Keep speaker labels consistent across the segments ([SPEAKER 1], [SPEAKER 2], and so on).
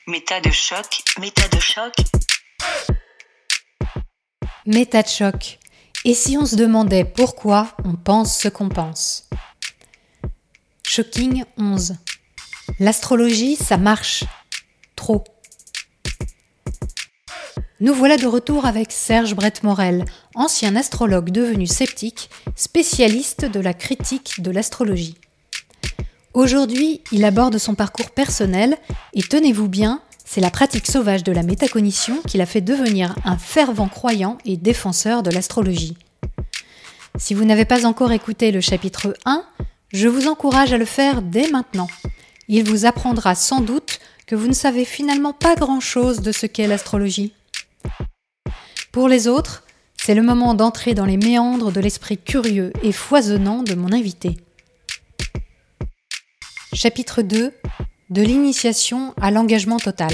[SPEAKER 1] Méta de choc, méta de choc.
[SPEAKER 2] Méta de choc. Et si on se demandait pourquoi on pense ce qu'on pense? Shocking 11. L'astrologie, ça marche. Trop. Nous voilà de retour avec Serge Brett-Morel, ancien astrologue devenu sceptique, spécialiste de la critique de l'astrologie. Aujourd'hui, il aborde son parcours personnel et tenez-vous bien, c'est la pratique sauvage de la métacognition qui l'a fait devenir un fervent croyant et défenseur de l'astrologie. Si vous n'avez pas encore écouté le chapitre 1, je vous encourage à le faire dès maintenant. Il vous apprendra sans doute que vous ne savez finalement pas grand-chose de ce qu'est l'astrologie. Pour les autres, c'est le moment d'entrer dans les méandres de l'esprit curieux et foisonnant de mon invité. Chapitre 2 : de l'initiation à l'engagement total.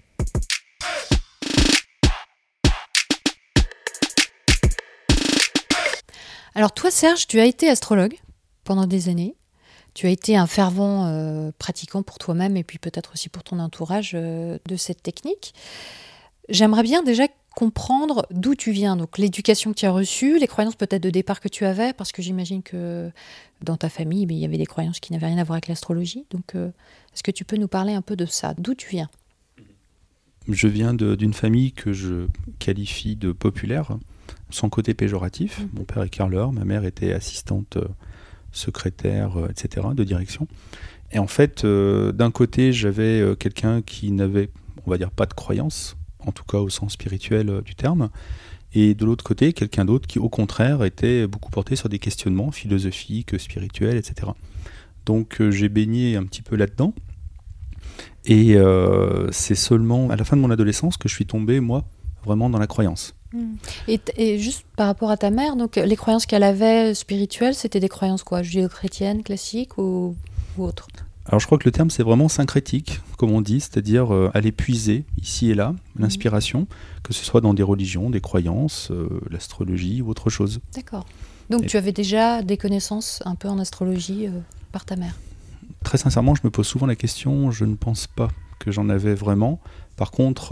[SPEAKER 2] Alors toi Serge, tu as été astrologue pendant des années. Tu as été un fervent pratiquant pour toi-même et puis peut-être aussi pour ton entourage de cette technique. J'aimerais bien déjà comprendre d'où tu viens, donc l'éducation que tu as reçue, les croyances peut-être de départ que tu avais, parce que j'imagine que dans ta famille, il y avait des croyances qui n'avaient rien à voir avec l'astrologie. Donc, est-ce que tu peux nous parler un peu de ça? D'où tu viens?
[SPEAKER 3] Je viens d'une famille que je qualifie de populaire, sans côté péjoratif. Mon père est carreleur, ma mère était assistante secrétaire, etc., de direction. Et en fait, d'un côté, j'avais quelqu'un qui n'avait, on va dire, pas de croyance, en tout cas au sens spirituel du terme, et de l'autre côté, quelqu'un d'autre qui, au contraire, était beaucoup porté sur des questionnements philosophiques, spirituels, etc. Donc j'ai baigné un petit peu là-dedans, et c'est seulement à la fin de mon adolescence que je suis tombé, moi, vraiment dans la croyance.
[SPEAKER 2] Et juste par rapport à ta mère, donc les croyances qu'elle avait spirituelles, c'était des croyances quoi, judéo-chrétiennes, classiques ou autres?
[SPEAKER 3] Alors je crois que le terme c'est vraiment syncrétique, comme on dit, c'est-à-dire aller puiser ici et là l'inspiration, que ce soit dans des religions, des croyances, l'astrologie ou autre chose.
[SPEAKER 2] D'accord. Donc tu avais déjà des connaissances un peu en astrologie par ta mère?
[SPEAKER 3] Très sincèrement, je me pose souvent la question, je ne pense pas que j'en avais vraiment. Par contre,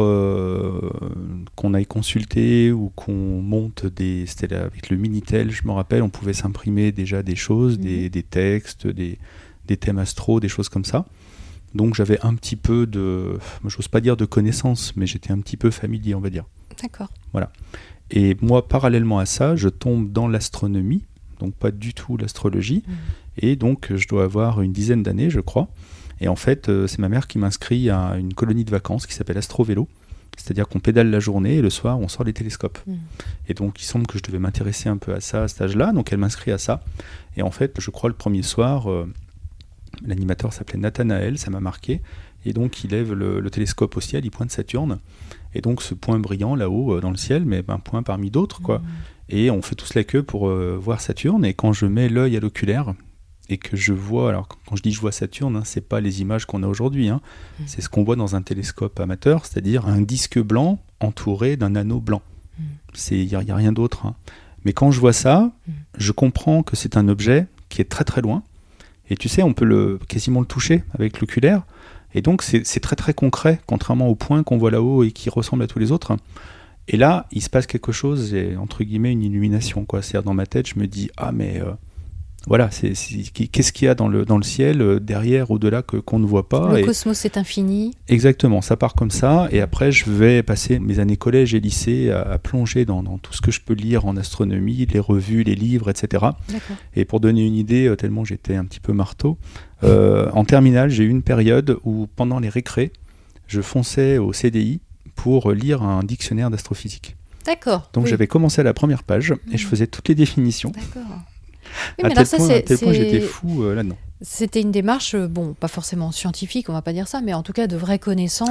[SPEAKER 3] qu'on aille consulter ou qu'on monte c'était là, avec le Minitel, je me rappelle, on pouvait s'imprimer déjà des choses, des textes, des thèmes astro, des choses comme ça. Donc j'avais un petit peu j'ose pas dire de connaissances, mais j'étais un petit peu familier, on va dire.
[SPEAKER 2] D'accord.
[SPEAKER 3] Voilà. Et moi, parallèlement à ça, je tombe dans l'astronomie, donc pas du tout l'astrologie. Et donc je dois avoir une dizaine d'années, je crois. Et en fait, c'est ma mère qui m'inscrit à une colonie de vacances qui s'appelle Astro-Vélo. C'est-à-dire qu'on pédale la journée et le soir, on sort les télescopes. Et donc, il semble que je devais m'intéresser un peu à ça à cet âge-là. Donc, elle m'inscrit à ça. Et en fait, je crois le premier soir, l'animateur s'appelait Nathanaël, ça m'a marqué. Et donc, il lève le télescope au ciel, il pointe Saturne. Et donc, ce point brillant là-haut dans le ciel, mais un point parmi d'autres, quoi. Et on fait tous la queue pour voir Saturne. Et quand je mets l'œil à l'oculaire et que je vois, alors quand je dis je vois Saturne, c'est pas les images qu'on a aujourd'hui, c'est ce qu'on voit dans un télescope amateur, c'est-à-dire un disque blanc entouré d'un anneau blanc. Il n'y a rien d'autre. Mais quand je vois ça, je comprends que c'est un objet qui est très très loin. Et tu sais, on peut quasiment le toucher avec l'oculaire. Et donc c'est très très concret, contrairement au point qu'on voit là-haut et qui ressemble à tous les autres. Et là, il se passe quelque chose, et, entre guillemets, une illumination, quoi. C'est-à-dire, dans ma tête, je me dis, mais voilà, qu'est-ce qu'il y a dans le ciel, derrière, au-delà, qu'on ne voit pas.
[SPEAKER 2] Le cosmos est infini.
[SPEAKER 3] Exactement, ça part comme ça. Et après, je vais passer mes années collège et lycée à plonger dans tout ce que je peux lire en astronomie, les revues, les livres, etc.
[SPEAKER 2] D'accord.
[SPEAKER 3] Et pour donner une idée, tellement j'étais un petit peu marteau, en terminale, j'ai eu une période où, pendant les récrés, je fonçais au CDI pour lire un dictionnaire d'astrophysique.
[SPEAKER 2] D'accord.
[SPEAKER 3] Donc j'avais commencé à la première page et je faisais toutes les définitions.
[SPEAKER 2] D'accord.
[SPEAKER 3] Oui, à tel point j'étais fou là-dedans.
[SPEAKER 2] C'était une démarche, pas forcément scientifique, on va pas dire ça, mais en tout cas de vraie connaissance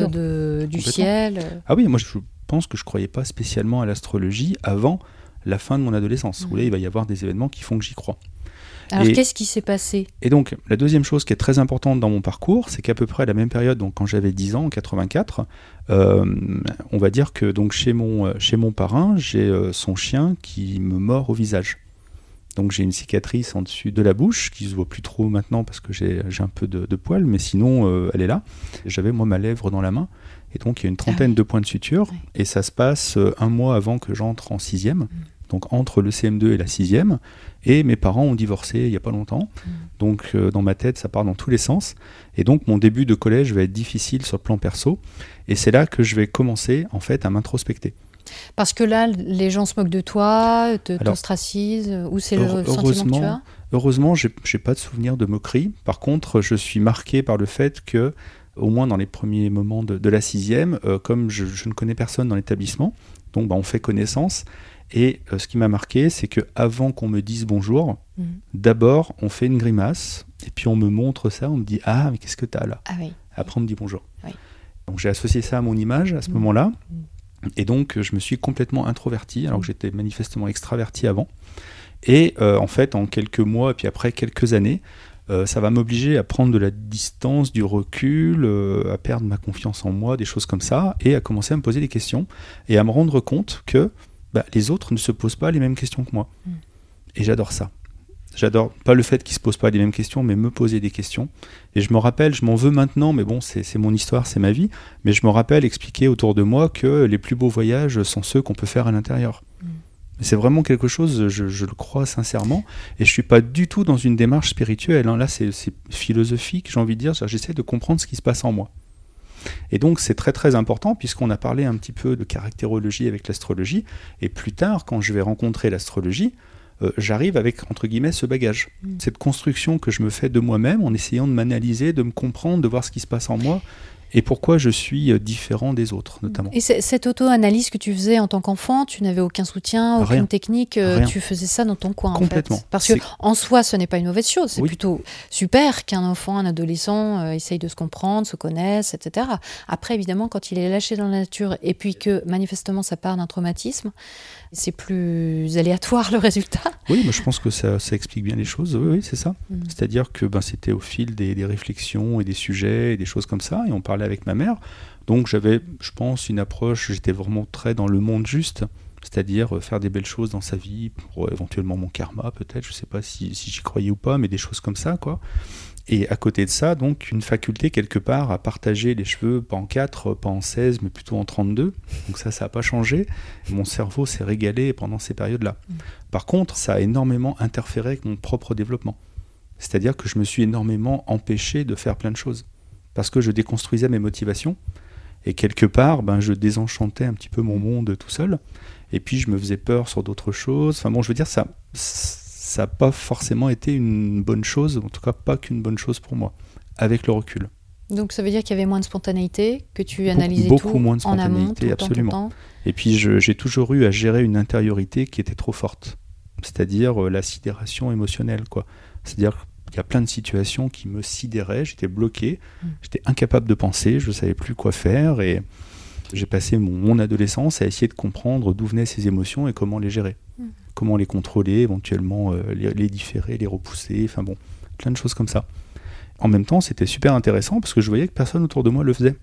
[SPEAKER 2] du ciel.
[SPEAKER 3] Ah oui, moi je pense que je croyais pas spécialement à l'astrologie avant la fin de mon adolescence, où là il va y avoir des événements qui font que j'y crois.
[SPEAKER 2] Alors qu'est-ce qui s'est passé ?
[SPEAKER 3] Et donc la deuxième chose qui est très importante dans mon parcours, c'est qu'à peu près à la même période, donc quand j'avais 10 ans, en 84, on va dire que donc chez mon parrain, j'ai son chien qui me mord au visage. Donc j'ai une cicatrice en dessus de la bouche qui se voit plus trop maintenant parce que j'ai un peu de poils, mais sinon elle est là. J'avais moi ma lèvre dans la main et donc il y a une trentaine de points de suture et ça se passe 1 mois avant que j'entre en 6e, donc entre le CM2 et la 6e. Et mes parents ont divorcé il n'y a pas longtemps, donc dans ma tête ça part dans tous les sens. Et donc mon début de collège va être difficile sur le plan perso et c'est là que je vais commencer en fait à m'introspecter.
[SPEAKER 2] Parce que là, les gens se moquent de toi, t'ostracisent, ou c'est le sentiment que tu as ?
[SPEAKER 3] Heureusement, j'ai pas de souvenir de moquerie. Par contre, je suis marqué par le fait que, au moins dans les premiers moments de la 6e, comme je ne connais personne dans l'établissement, donc on fait connaissance. Et ce qui m'a marqué, c'est qu'avant qu'on me dise bonjour, d'abord on fait une grimace, et puis on me montre ça, on me dit « Ah, mais qu'est-ce que t'as là ?» Après on me dit bonjour. Oui. Donc j'ai associé ça à mon image à ce moment-là. Et donc, je me suis complètement introverti, alors que j'étais manifestement extraverti avant. Et en fait, en quelques mois, et puis après quelques années, ça va m'obliger à prendre de la distance, du recul, à perdre ma confiance en moi, des choses comme ça, et à commencer à me poser des questions, et à me rendre compte que les autres ne se posent pas les mêmes questions que moi. Et j'adore ça. J'adore, pas le fait qu'ils ne se posent pas les mêmes questions, mais me poser des questions. Et je me rappelle, je m'en veux maintenant, mais bon, c'est mon histoire, c'est ma vie, mais je me rappelle expliquer autour de moi que les plus beaux voyages sont ceux qu'on peut faire à l'intérieur. C'est vraiment quelque chose, je le crois sincèrement, et je ne suis pas du tout dans une démarche spirituelle. Là, c'est philosophique, j'ai envie de dire, j'essaie de comprendre ce qui se passe en moi. Et donc, c'est très très important, puisqu'on a parlé un petit peu de caractérologie avec l'astrologie, et plus tard, quand je vais rencontrer l'astrologie, j'arrive avec, entre guillemets, ce bagage. Cette construction que je me fais de moi-même en essayant de m'analyser, de me comprendre, de voir ce qui se passe en moi et pourquoi je suis différent des autres, notamment.
[SPEAKER 2] Et cette auto-analyse que tu faisais en tant qu'enfant, tu n'avais aucun soutien, aucune technique, tu faisais ça dans ton coin,
[SPEAKER 3] complètement.
[SPEAKER 2] En fait. Parce qu'en soi, ce n'est pas une mauvaise chose. C'est plutôt super qu'un enfant, un adolescent essaye de se comprendre, se connaisse, etc. Après, évidemment, quand il est lâché dans la nature et puis que, manifestement, ça part d'un traumatisme, c'est plus aléatoire le résultat.
[SPEAKER 3] Oui, mais je pense que ça explique bien les choses. Oui, c'est ça. C'est-à-dire que c'était au fil des réflexions et des sujets et des choses comme ça, et on parlait avec ma mère. Donc j'avais, je pense, une approche, j'étais vraiment très dans le monde juste, c'est-à-dire faire des belles choses dans sa vie, pour éventuellement mon karma peut-être, je ne sais pas si j'y croyais ou pas, mais des choses comme ça, quoi. Et à côté de ça, donc, une faculté quelque part à partager les cheveux, pas en 4, pas en 16, mais plutôt en 32. Donc ça n'a pas changé. Mon cerveau s'est régalé pendant ces périodes-là. Par contre, ça a énormément interféré avec mon propre développement. C'est-à-dire que je me suis énormément empêché de faire plein de choses. Parce que je déconstruisais mes motivations. Et quelque part, je désenchantais un petit peu mon monde tout seul. Et puis, je me faisais peur sur d'autres choses. Enfin bon, je veux dire, ça n'a pas forcément été une bonne chose, en tout cas pas qu'une bonne chose pour moi, avec le recul.
[SPEAKER 2] Donc ça veut dire qu'il y avait moins de spontanéité, que tu analysais
[SPEAKER 3] beaucoup
[SPEAKER 2] tout
[SPEAKER 3] moins de spontanéité,
[SPEAKER 2] en amont, tout
[SPEAKER 3] absolument.
[SPEAKER 2] Tout le temps.
[SPEAKER 3] Et puis j'ai toujours eu à gérer une intériorité qui était trop forte, c'est-à-dire la sidération émotionnelle, quoi. C'est-à-dire qu'il y a plein de situations qui me sidéraient, j'étais bloqué, j'étais incapable de penser, je ne savais plus quoi faire, et j'ai passé mon adolescence à essayer de comprendre d'où venaient ces émotions et comment les gérer. Comment les contrôler, éventuellement les différer, les repousser, enfin bon, plein de choses comme ça. En même temps, c'était super intéressant parce que je voyais que personne autour de moi le faisait.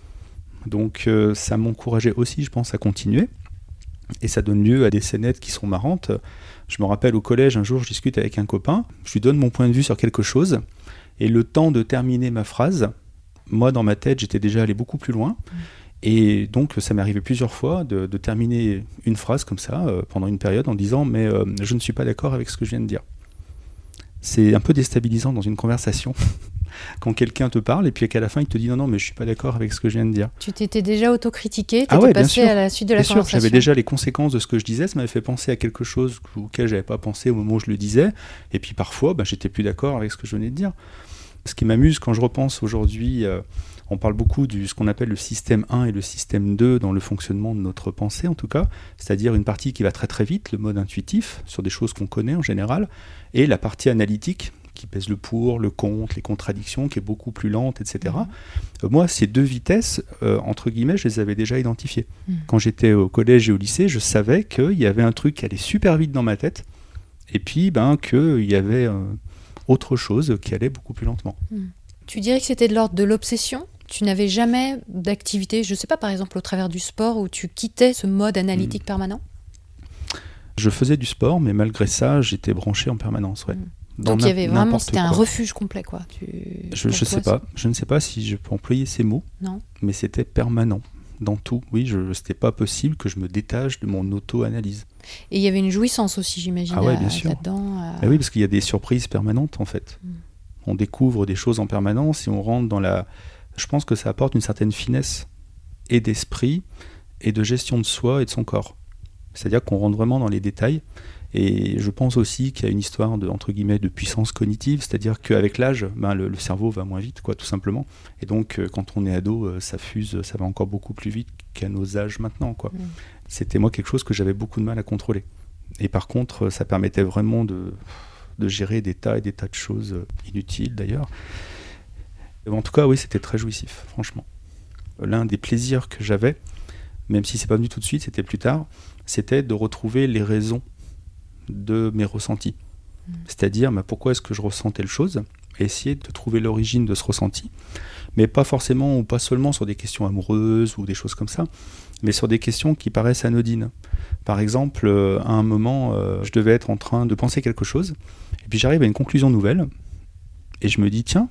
[SPEAKER 3] Donc ça m'encourageait aussi, je pense, à continuer. Et ça donne lieu à des scénettes qui sont marrantes. Je me rappelle au collège, un jour, je discute avec un copain, je lui donne mon point de vue sur quelque chose, et le temps de terminer ma phrase, moi, dans ma tête, j'étais déjà allé beaucoup plus loin. Et donc, ça m'est arrivé plusieurs fois de terminer une phrase comme ça, pendant une période, en disant « mais je ne suis pas d'accord avec ce que je viens de dire ». C'est un peu déstabilisant dans une conversation, quand quelqu'un te parle, et puis qu'à la fin, il te dit « non, mais je ne suis pas d'accord avec ce que je viens de dire ».
[SPEAKER 2] Tu t'étais déjà autocritiqué, tu étais passé à la suite de la conversation.
[SPEAKER 3] J'avais déjà les conséquences de ce que je disais, ça m'avait fait penser à quelque chose auquel je n'avais pas pensé au moment où je le disais, et puis parfois, j'étais plus d'accord avec ce que je venais de dire. Ce qui m'amuse quand je repense aujourd'hui... on parle beaucoup de ce qu'on appelle le système 1 et le système 2 dans le fonctionnement de notre pensée en tout cas, c'est-à-dire une partie qui va très très vite, le mode intuitif, sur des choses qu'on connaît en général, et la partie analytique qui pèse le pour, le contre, les contradictions, qui est beaucoup plus lente, etc. Moi, ces deux vitesses, entre guillemets, je les avais déjà identifiées. Quand j'étais au collège et au lycée, je savais qu'il y avait un truc qui allait super vite dans ma tête, et puis qu'il y avait autre chose qui allait beaucoup plus lentement.
[SPEAKER 2] Tu dirais que c'était de l'ordre de l'obsession ? Tu n'avais jamais d'activité, je ne sais pas, par exemple au travers du sport, où tu quittais ce mode analytique permanent ?
[SPEAKER 3] Je faisais du sport, mais malgré ça, j'étais branché en permanence. Ouais.
[SPEAKER 2] Donc il y avait vraiment, c'était un refuge complet, quoi.
[SPEAKER 3] Je sais pas. Je ne sais pas si je peux employer ces mots.
[SPEAKER 2] Non.
[SPEAKER 3] Mais c'était permanent. Dans tout, oui, c'était pas possible que je me détache de mon auto-analyse.
[SPEAKER 2] Et il y avait une jouissance aussi, j'imagine,
[SPEAKER 3] bien sûr.
[SPEAKER 2] là-dedans.
[SPEAKER 3] Ah oui, parce qu'il y a des surprises permanentes, en fait. On découvre des choses en permanence et on rentre dans la... Je pense que ça apporte une certaine finesse et d'esprit et de gestion de soi et de son corps. C'est-à-dire qu'on rentre vraiment dans les détails. Et je pense aussi qu'il y a une histoire de, entre guillemets, de puissance cognitive, c'est-à-dire qu'avec l'âge, le cerveau va moins vite, quoi, tout simplement. Et donc, quand on est ado, ça fuse, ça va encore beaucoup plus vite qu'à nos âges maintenant, quoi. C'était moi quelque chose que j'avais beaucoup de mal à contrôler. Et par contre, ça permettait vraiment de gérer des tas et des tas de choses inutiles, d'ailleurs. Et en tout cas, oui, c'était très jouissif, franchement. L'un des plaisirs que j'avais, même si c'est pas venu tout de suite, c'était plus tard, c'était de retrouver les raisons de mes ressentis. C'est-à-dire pourquoi est-ce que je ressens telle chose, et essayer de trouver l'origine de ce ressenti, mais pas forcément ou pas seulement sur des questions amoureuses ou des choses comme ça, mais sur des questions qui paraissent anodines. Par exemple, à un moment, je devais être en train de penser quelque chose, et puis j'arrive à une conclusion nouvelle, et je me dis, tiens,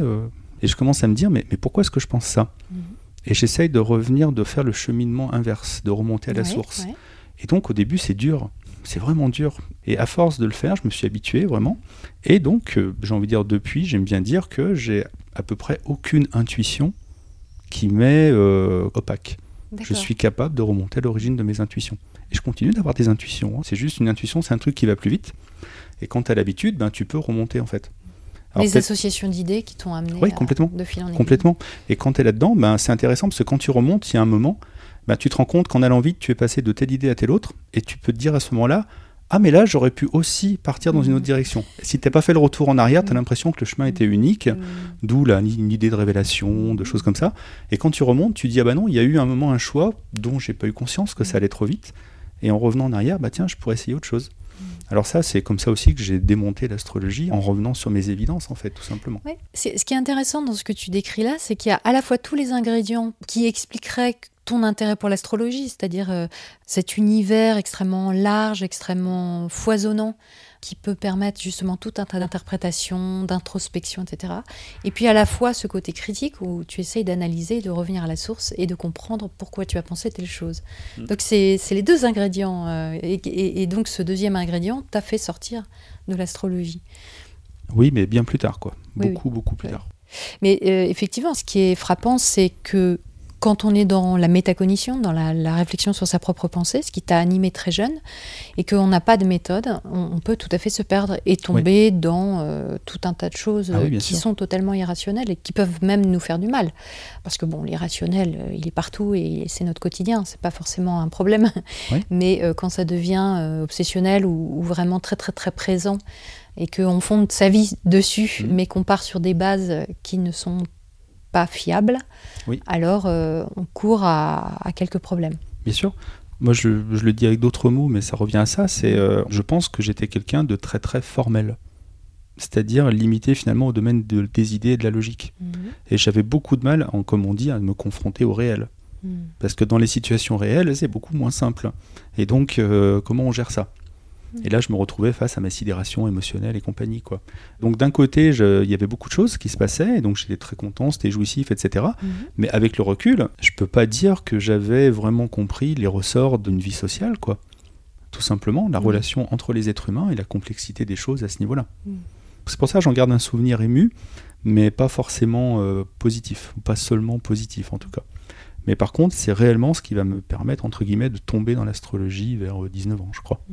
[SPEAKER 3] et je commence à me dire, mais pourquoi est-ce que je pense ça ? Et j'essaye de revenir, de faire le cheminement inverse, de remonter à la source. Ouais. Et donc au début, c'est dur. C'est vraiment dur. Et à force de le faire, je me suis habitué vraiment. Et donc, j'ai envie de dire depuis, j'aime bien dire que j'ai à peu près aucune intuition qui m'est opaque. D'accord. Je suis capable de remonter à l'origine de mes intuitions. Et je continue d'avoir des intuitions. C'est juste une intuition, c'est un truc qui va plus vite. Et quand tu as l'habitude, tu peux remonter en fait.
[SPEAKER 2] Alors, les associations d'idées qui t'ont amené de fil en aiguille.
[SPEAKER 3] Complètement. Et quand tu es là-dedans, c'est intéressant parce que quand tu remontes, il y a un moment... tu te rends compte qu'en allant vite, tu es passé de telle idée à telle autre, et tu peux te dire à ce moment-là, mais là, j'aurais pu aussi partir dans une autre direction. Si tu n'as pas fait le retour en arrière, tu as l'impression que le chemin était unique, d'où une idée de révélation, de choses comme ça. Et quand tu remontes, tu dis, non, il y a eu un moment, un choix dont j'ai pas eu conscience que ça allait trop vite, et en revenant en arrière, tiens, je pourrais essayer autre chose. Alors ça, c'est comme ça aussi que j'ai démonté l'astrologie en revenant sur mes évidences, en fait, tout simplement.
[SPEAKER 2] Ouais. Ce qui est intéressant dans ce que tu décris là, c'est qu'il y a à la fois tous les ingrédients qui expliqueraient ton intérêt pour l'astrologie, c'est-à-dire cet univers extrêmement large, extrêmement foisonnant, qui peut permettre justement tout un tas d'interprétations, d'introspection, etc. Et puis à la fois ce côté critique où tu essayes d'analyser, de revenir à la source et de comprendre pourquoi tu as pensé telle chose. Donc c'est les deux ingrédients. Et donc ce deuxième ingrédient t'a fait sortir de l'astrologie.
[SPEAKER 3] Oui, mais bien plus tard, quoi. Beaucoup plus tard.
[SPEAKER 2] Mais effectivement, ce qui est frappant, c'est que quand on est dans la métacognition, dans la réflexion sur sa propre pensée, ce qui t'a animé très jeune, et qu'on n'a pas de méthode, on peut tout à fait se perdre et tomber dans tout un tas de choses qui sont totalement irrationnelles et qui peuvent même nous faire du mal. Parce que l'irrationnel, il est partout et c'est notre quotidien, c'est pas forcément un problème. Oui. Mais quand ça devient obsessionnel ou vraiment très très très présent, et qu'on fonde sa vie dessus, mais qu'on part sur des bases qui ne sont pas fiable, alors on court à quelques problèmes.
[SPEAKER 3] Bien sûr. Moi, je le dis avec d'autres mots, mais ça revient à ça. Je pense que j'étais quelqu'un de très, très formel. C'est-à-dire limité finalement au domaine des idées et de la logique. Et j'avais beaucoup de mal, comme on dit, à me confronter au réel. Parce que dans les situations réelles, c'est beaucoup moins simple. Et donc, comment on gère ça ? Et là, je me retrouvais face à ma sidération émotionnelle et compagnie, quoi. Donc, d'un côté, il y avait beaucoup de choses qui se passaient, et donc j'étais très content, c'était jouissif, etc. Mais avec le recul, je peux pas dire que j'avais vraiment compris les ressorts d'une vie sociale, quoi. Tout simplement, la relation entre les êtres humains et la complexité des choses à ce niveau-là. C'est pour ça que j'en garde un souvenir ému, mais pas forcément positif, ou pas seulement positif en tout cas. Mais par contre, c'est réellement ce qui va me permettre, entre guillemets, de tomber dans l'astrologie vers 19 ans, je crois.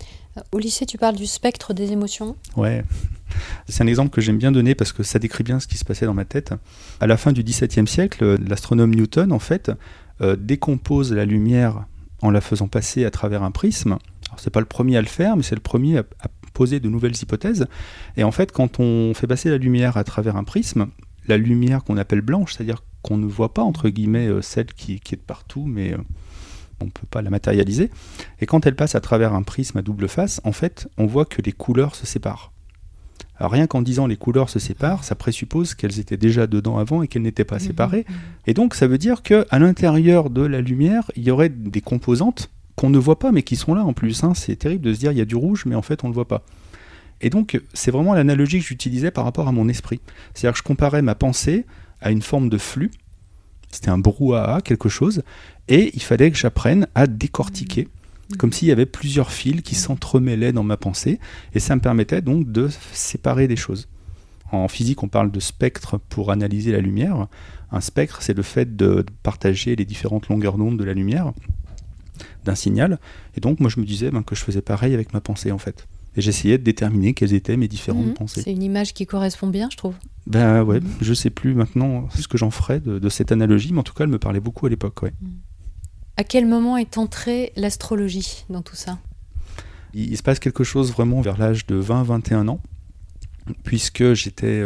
[SPEAKER 2] Au lycée, tu parles du spectre des émotions ?
[SPEAKER 3] Ouais, c'est un exemple que j'aime bien donner parce que ça décrit bien ce qui se passait dans ma tête. À la fin du XVIIe siècle, l'astronome Newton, en fait, décompose la lumière en la faisant passer à travers un prisme. Alors, c'est pas le premier à le faire, mais c'est le premier à poser de nouvelles hypothèses. Et en fait, quand on fait passer la lumière à travers un prisme, la lumière qu'on appelle blanche, c'est-à-dire qu'on ne voit pas, entre guillemets, celle qui est de partout, mais... on ne peut pas la matérialiser. Et quand elle passe à travers un prisme à double face, en fait, on voit que les couleurs se séparent. Alors rien qu'en disant les couleurs se séparent, ça présuppose qu'elles étaient déjà dedans avant et qu'elles n'étaient pas séparées. Et donc ça veut dire qu'à l'intérieur de la lumière, il y aurait des composantes qu'on ne voit pas, mais qui sont là en plus. Hein. C'est terrible de se dire il y a du rouge, mais en fait on ne le voit pas. Et donc, c'est vraiment l'analogie que j'utilisais par rapport à mon esprit. C'est-à-dire que je comparais ma pensée à une forme de flux. C'était un brouhaha, quelque chose. Et il fallait que j'apprenne à décortiquer, comme s'il y avait plusieurs fils qui s'entremêlaient dans ma pensée. Et ça me permettait donc de séparer des choses. En physique, on parle de spectre pour analyser la lumière. Un spectre, c'est le fait de partager les différentes longueurs d'onde de la lumière, d'un signal. Et donc, moi, je me disais que je faisais pareil avec ma pensée, en fait. Et j'essayais de déterminer quelles étaient mes différentes pensées.
[SPEAKER 2] C'est une image qui correspond bien, je trouve.
[SPEAKER 3] Ben ouais, je sais plus maintenant ce que j'en ferais de cette analogie, mais en tout cas, elle me parlait beaucoup à l'époque. Ouais.
[SPEAKER 2] À quel moment est entrée l'astrologie dans tout ça ?
[SPEAKER 3] Il se passe quelque chose vraiment vers l'âge de 20-21 ans, puisque j'étais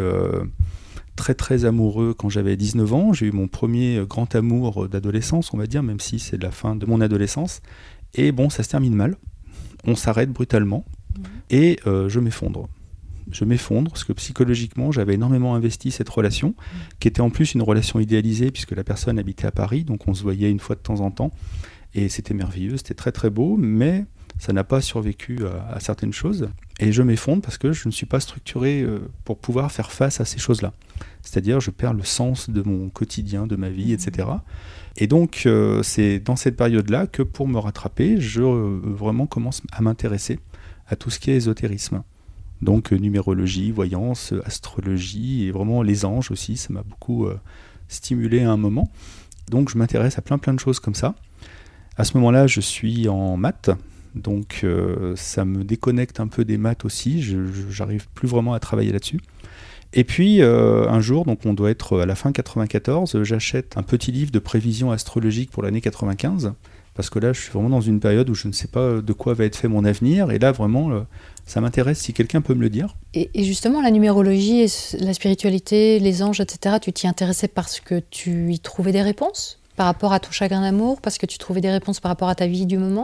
[SPEAKER 3] très très amoureux quand j'avais 19 ans. J'ai eu mon premier grand amour d'adolescence, on va dire, même si c'est la fin de mon adolescence. Et bon, ça se termine mal. On s'arrête brutalement. Et je m'effondre. Je m'effondre parce que psychologiquement, j'avais énormément investi cette relation, qui était en plus une relation idéalisée, puisque la personne habitait à Paris, donc on se voyait une fois de temps en temps. Et c'était merveilleux, c'était très très beau, mais ça n'a pas survécu à certaines choses. Et je m'effondre parce que je ne suis pas structuré pour pouvoir faire face à ces choses-là. C'est-à-dire, je perds le sens de mon quotidien, de ma vie, etc. Et donc, c'est dans cette période-là que pour me rattraper, je vraiment commence à m'intéresser à tout ce qui est ésotérisme. Donc numérologie, voyance, astrologie et vraiment les anges aussi, ça m'a beaucoup stimulé à un moment. Donc je m'intéresse à plein de choses comme ça. À ce moment-là, je suis en maths, donc ça me déconnecte un peu des maths aussi, j'arrive plus vraiment à travailler là-dessus. Et puis un jour, donc on doit être à la fin 94, j'achète un petit livre de prévision astrologique pour l'année 95. Parce que là, je suis vraiment dans une période où je ne sais pas de quoi va être fait mon avenir. Et là, vraiment, ça m'intéresse si quelqu'un peut me le dire.
[SPEAKER 2] Et justement, la numérologie, la spiritualité, les anges, etc., tu t'y intéressais parce que tu y trouvais des réponses par rapport à ton chagrin d'amour, parce que tu trouvais des réponses par rapport à ta vie du moment ?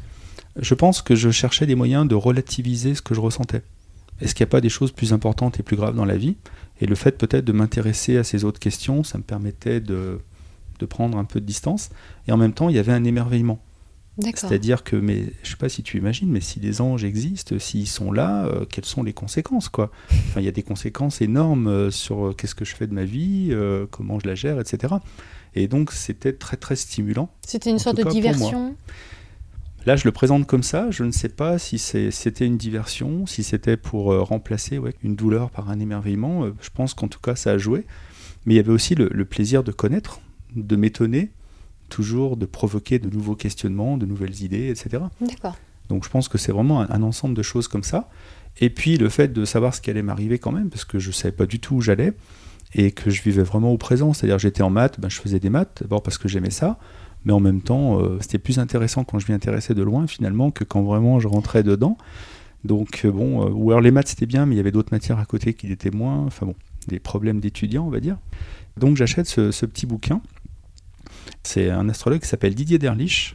[SPEAKER 3] Je pense que je cherchais des moyens de relativiser ce que je ressentais. Est-ce qu'il n'y a pas des choses plus importantes et plus graves dans la vie ? Et le fait peut-être de m'intéresser à ces autres questions, ça me permettait de prendre un peu de distance, et en même temps il y avait un émerveillement. D'accord. C'est-à-dire que, mais je sais pas si tu imagines, mais si les anges existent, s'ils sont là, quelles sont les conséquences, quoi ? Enfin, il y a des conséquences énormes sur qu'est-ce que je fais de ma vie, comment je la gère, etc. Et donc c'était très très stimulant.
[SPEAKER 2] C'était une sorte de diversion.
[SPEAKER 3] Là, je le présente comme ça, je ne sais pas si c'était une diversion, si c'était pour remplacer une douleur par un émerveillement. Je pense qu'en tout cas ça a joué, mais il y avait aussi le plaisir de connaître, de m'étonner, toujours de provoquer de nouveaux questionnements, de nouvelles idées, etc.
[SPEAKER 2] D'accord.
[SPEAKER 3] Donc je pense que c'est vraiment un ensemble de choses comme ça. Et puis le fait de savoir ce qui allait m'arriver quand même, parce que je ne savais pas du tout où j'allais, et que je vivais vraiment au présent. C'est-à-dire j'étais en maths, je faisais des maths, d'abord parce que j'aimais ça, mais en même temps, c'était plus intéressant quand je m'y intéressais de loin, finalement, que quand vraiment je rentrais dedans. Donc ou alors les maths c'était bien, mais il y avait d'autres matières à côté qui l'étaient moins, enfin bon, des problèmes d'étudiants, on va dire. Donc j'achète ce petit bouquin. C'est un astrologue qui s'appelle Didier Derlich.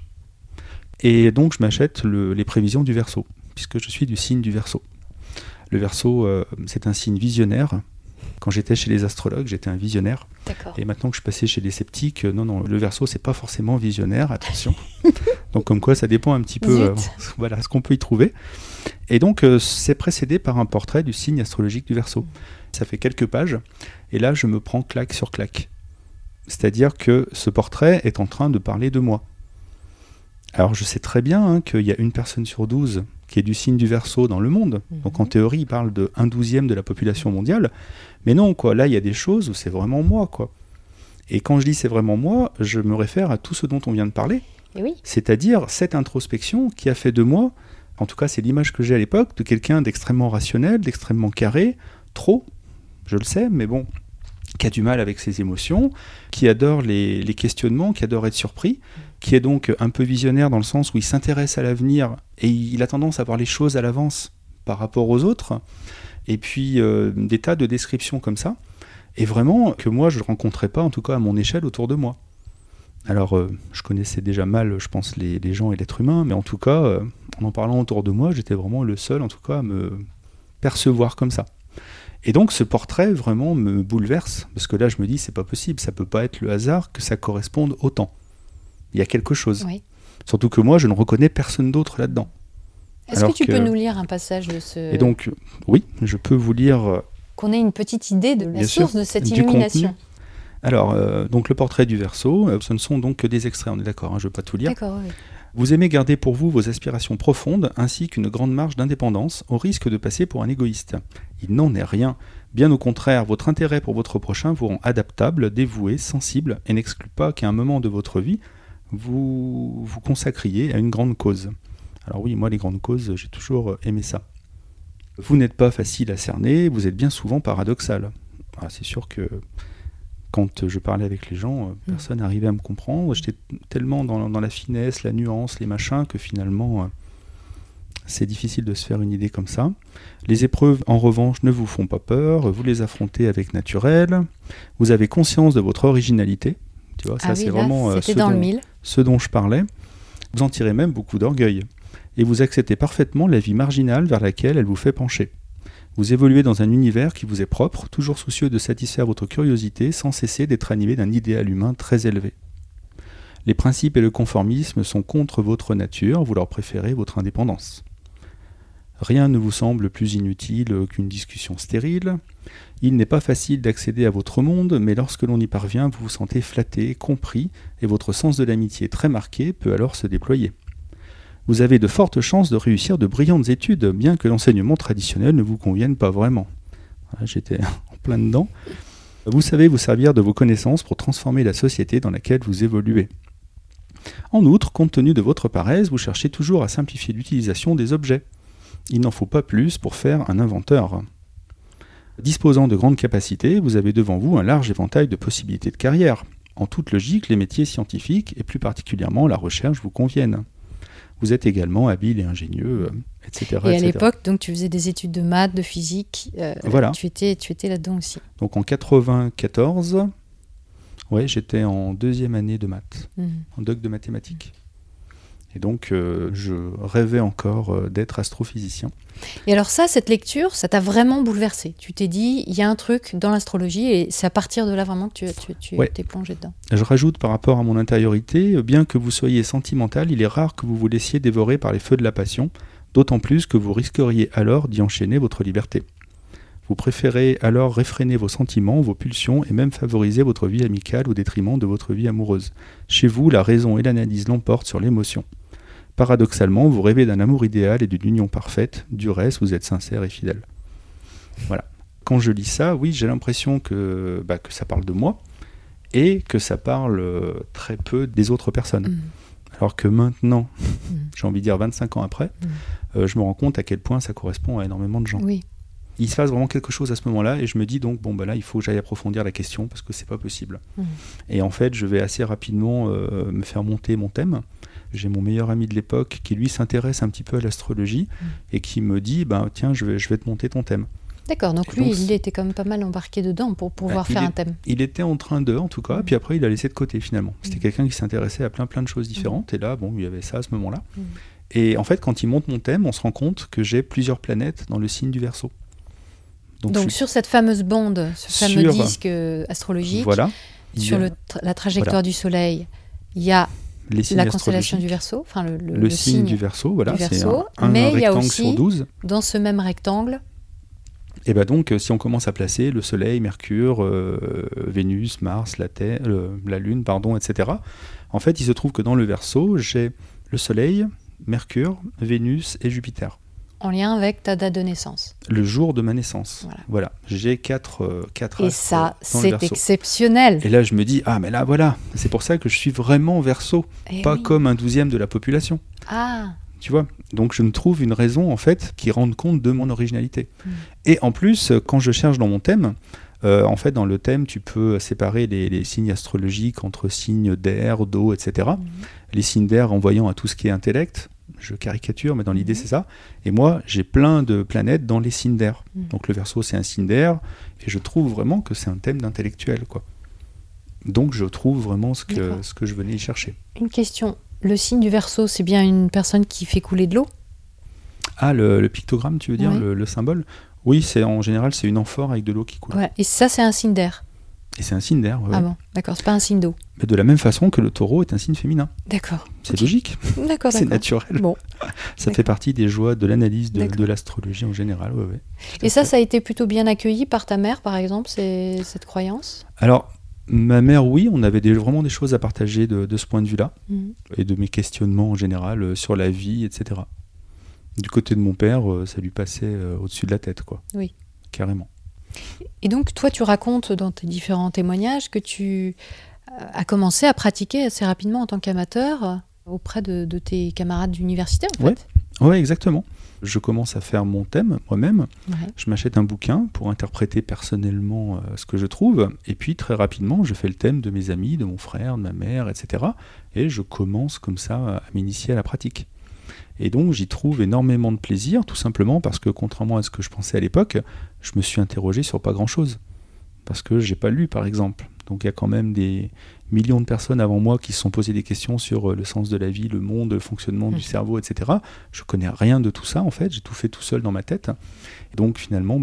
[SPEAKER 3] Et donc je m'achète les prévisions du Verseau, puisque je suis du signe du Verseau. Le Verseau, c'est un signe visionnaire. Quand j'étais chez les astrologues, j'étais un visionnaire.
[SPEAKER 2] D'accord.
[SPEAKER 3] Et maintenant que je suis passé chez les sceptiques, non, le Verseau, c'est pas forcément visionnaire, attention. Donc comme quoi, ça dépend un petit peu ce qu'on peut y trouver. Et donc, c'est précédé par un portrait du signe astrologique du Verseau. Ça fait quelques pages, et là, je me prends claque sur claque. C'est-à-dire que ce portrait est en train de parler de moi. Alors, je sais très bien qu'il y a une personne sur 12 qui est du signe du Verseau dans le monde. Donc, en théorie, il parle de 1/12 de la population mondiale. Mais non, quoi. Là, il y a des choses où c'est vraiment moi, quoi. Et quand je dis c'est vraiment moi, je me réfère à tout ce dont on vient de parler.
[SPEAKER 2] Et oui.
[SPEAKER 3] C'est-à-dire cette introspection qui a fait de moi, en tout cas, c'est l'image que j'ai à l'époque, de quelqu'un d'extrêmement rationnel, d'extrêmement carré, trop, je le sais, mais bon, qui a du mal avec ses émotions, qui adore les questionnements, qui adore être surpris, qui est donc un peu visionnaire dans le sens où il s'intéresse à l'avenir et il a tendance à voir les choses à l'avance par rapport aux autres, et puis des tas de descriptions comme ça, et vraiment que moi je ne rencontrais pas, en tout cas à mon échelle, autour de moi. Alors je connaissais déjà mal, je pense, les gens et l'être humain, mais en tout cas, en parlant autour de moi, j'étais vraiment le seul, en tout cas, à me percevoir comme ça. Et donc ce portrait vraiment me bouleverse, parce que là je me dis c'est pas possible, ça peut pas être le hasard que ça corresponde autant. Il y a quelque chose.
[SPEAKER 2] Oui.
[SPEAKER 3] Surtout que moi, je ne reconnais personne d'autre là-dedans.
[SPEAKER 2] Est-ce que tu peux nous lire un passage de ce...
[SPEAKER 3] Et donc, oui, je peux vous lire...
[SPEAKER 2] Qu'on ait une petite idée de la
[SPEAKER 3] Bien
[SPEAKER 2] source
[SPEAKER 3] sûr,
[SPEAKER 2] de cette
[SPEAKER 3] du
[SPEAKER 2] illumination.
[SPEAKER 3] contenu. Alors, donc le portrait du Verseau, ce ne sont donc que des extraits, on est d'accord, je ne veux pas tout lire.
[SPEAKER 2] D'accord, oui.
[SPEAKER 3] Vous aimez garder pour vous vos aspirations profondes ainsi qu'une grande marge d'indépendance au risque de passer pour un égoïste. Il n'en est rien. Bien au contraire, votre intérêt pour votre prochain vous rend adaptable, dévoué, sensible et n'exclut pas qu'à un moment de votre vie, vous vous consacriez à une grande cause. Alors oui, moi les grandes causes, j'ai toujours aimé ça. Vous n'êtes pas facile à cerner, vous êtes bien souvent paradoxal. Ah, c'est sûr que quand je parlais avec les gens, personne n'arrivait à me comprendre. J'étais tellement dans la finesse, la nuance, les machins, que finalement, c'est difficile de se faire une idée comme ça. Les épreuves, en revanche, ne vous font pas peur. Vous les affrontez avec naturel. Vous avez conscience de votre originalité. Tu vois, ça, c'est vraiment ce dont je parlais. Vous en tirez même beaucoup d'orgueil. Et vous acceptez parfaitement la vie marginale vers laquelle elle vous fait pencher. Vous évoluez dans un univers qui vous est propre, toujours soucieux de satisfaire votre curiosité, sans cesser d'être animé d'un idéal humain très élevé. Les principes et le conformisme sont contre votre nature, vous leur préférez votre indépendance. Rien ne vous semble plus inutile qu'une discussion stérile. Il n'est pas facile d'accéder à votre monde, mais lorsque l'on y parvient, vous vous sentez flatté, compris, et votre sens de l'amitié très marqué peut alors se déployer. Vous avez de fortes chances de réussir de brillantes études, bien que l'enseignement traditionnel ne vous convienne pas vraiment. Voilà, j'étais en plein dedans. Vous savez vous servir de vos connaissances pour transformer la société dans laquelle vous évoluez. En outre, compte tenu de votre paresse, vous cherchez toujours à simplifier l'utilisation des objets. Il n'en faut pas plus pour faire un inventeur. Disposant de grandes capacités, vous avez devant vous un large éventail de possibilités de carrière. En toute logique, les métiers scientifiques, et plus particulièrement la recherche, vous conviennent. Vous êtes également habile et ingénieux, etc.
[SPEAKER 2] Et à l'époque, donc, tu faisais des études de maths, de physique.
[SPEAKER 3] Voilà.
[SPEAKER 2] Tu étais là-dedans aussi.
[SPEAKER 3] Donc en 94, ouais, j'étais en 2e année de maths, en doc de mathématiques. Et donc, je rêvais encore d'être astrophysicien.
[SPEAKER 2] Et alors ça, cette lecture, ça t'a vraiment bouleversé. Tu t'es dit, il y a un truc dans l'astrologie et c'est à partir de là vraiment que tu t'es plongé dedans.
[SPEAKER 3] Je rajoute par rapport à mon intériorité, bien que vous soyez sentimental, il est rare que vous vous laissiez dévorer par les feux de la passion, d'autant plus que vous risqueriez alors d'y enchaîner votre liberté. Vous préférez alors réfréner vos sentiments, vos pulsions et même favoriser votre vie amicale au détriment de votre vie amoureuse. Chez vous, la raison et l'analyse l'emportent sur l'émotion. Paradoxalement, vous rêvez d'un amour idéal et d'une union parfaite. Du reste, vous êtes sincère et fidèle. Voilà. Quand je lis ça, oui, j'ai l'impression que ça parle de moi et que ça parle très peu des autres personnes. Alors que maintenant, j'ai envie de dire 25 ans après, je me rends compte à quel point ça correspond à énormément de gens.
[SPEAKER 2] Oui.
[SPEAKER 3] Il se passe vraiment quelque chose à ce moment-là et je me dis donc, là, il faut que j'aille approfondir la question parce que c'est pas possible. Et en fait, je vais assez rapidement me faire monter mon thème. J'ai mon meilleur ami de l'époque qui, lui, s'intéresse un petit peu à l'astrologie et qui me dit, tiens, je vais te monter ton thème.
[SPEAKER 2] D'accord, donc lui, il était quand même pas mal embarqué dedans pour pouvoir faire un thème.
[SPEAKER 3] Il était en train de, en tout cas, puis après, il a laissé de côté, finalement. C'était quelqu'un qui s'intéressait à plein de choses différentes, et là, il y avait ça à ce moment-là. Et en fait, quand il monte mon thème, on se rend compte que j'ai plusieurs planètes dans le signe du Verseau. Donc
[SPEAKER 2] sur cette fameuse bande, ce fameux disque astrologique, sur la trajectoire du Soleil, il y a la constellation du Verseau, enfin le signe du Verseau,
[SPEAKER 3] c'est un rectangle sur 12.
[SPEAKER 2] Dans ce même rectangle,
[SPEAKER 3] et donc si on commence à placer le Soleil, Mercure, Vénus, Mars, la Terre, la Lune, etc. En fait, il se trouve que dans le Verseau, j'ai le Soleil, Mercure, Vénus et Jupiter.
[SPEAKER 2] En lien avec ta date de naissance.
[SPEAKER 3] Le jour de ma naissance. Voilà. J'ai 4
[SPEAKER 2] Et ça, c'est exceptionnel.
[SPEAKER 3] Et là, je me dis, mais là, voilà, c'est pour ça que je suis vraiment Verseau, pas comme un 12e de la population.
[SPEAKER 2] Ah.
[SPEAKER 3] Tu vois ? Donc, je me trouve une raison, en fait, qui rende compte de mon originalité. Et en plus, quand je cherche dans mon thème, en fait, dans le thème, tu peux séparer les signes astrologiques entre signes d'air, d'eau, etc. Les signes d'air renvoyant à tout ce qui est intellect. Je caricature, mais dans l'idée, c'est ça. Et moi, j'ai plein de planètes dans les signes d'air. Donc le Verseau, c'est un signe d'air, et je trouve vraiment que c'est un thème d'intellectuel, quoi. Donc je trouve vraiment ce que je venais y chercher.
[SPEAKER 2] Une question. Le signe du Verseau, c'est bien une personne qui fait couler de l'eau ?
[SPEAKER 3] Ah, le pictogramme, tu veux dire, le symbole ? Oui, en général, c'est une amphore avec de l'eau qui coule.
[SPEAKER 2] Ouais. Et ça, c'est un signe d'air ?
[SPEAKER 3] Et c'est un signe d'air.
[SPEAKER 2] Ah bon, d'accord, c'est pas un signe d'eau.
[SPEAKER 3] Mais de la même façon que le taureau est un signe féminin.
[SPEAKER 2] D'accord.
[SPEAKER 3] C'est logique.
[SPEAKER 2] D'accord.
[SPEAKER 3] C'est naturel.
[SPEAKER 2] Bon.
[SPEAKER 3] Ça fait partie des joies de l'analyse de l'astrologie en général. Ouais.
[SPEAKER 2] Et ça a été plutôt bien accueilli par ta mère, par exemple, cette croyance ?
[SPEAKER 3] Alors, ma mère, oui, on avait vraiment des choses à partager de ce point de vue-là, et de mes questionnements en général sur la vie, etc. Du côté de mon père, ça lui passait au-dessus de la tête, quoi.
[SPEAKER 2] Oui.
[SPEAKER 3] Carrément.
[SPEAKER 2] Et donc, toi, tu racontes dans tes différents témoignages que tu as commencé à pratiquer assez rapidement en tant qu'amateur auprès de tes camarades d'université, en fait.
[SPEAKER 3] Oui, exactement. Je commence à faire mon thème moi-même.
[SPEAKER 2] Ouais.
[SPEAKER 3] Je m'achète un bouquin pour interpréter personnellement ce que je trouve. Et puis, très rapidement, je fais le thème de mes amis, de mon frère, de ma mère, etc. Et je commence comme ça à m'initier à la pratique. Et donc, j'y trouve énormément de plaisir, tout simplement parce que, contrairement à ce que je pensais à l'époque, je me suis interrogé sur pas grand-chose. Parce que j'ai pas lu, par exemple. Donc, il y a quand même des millions de personnes avant moi qui se sont posées des questions sur le sens de la vie, le monde, le fonctionnement du cerveau, etc. Je connais rien de tout ça, en fait. J'ai tout fait tout seul dans ma tête. Et donc, finalement,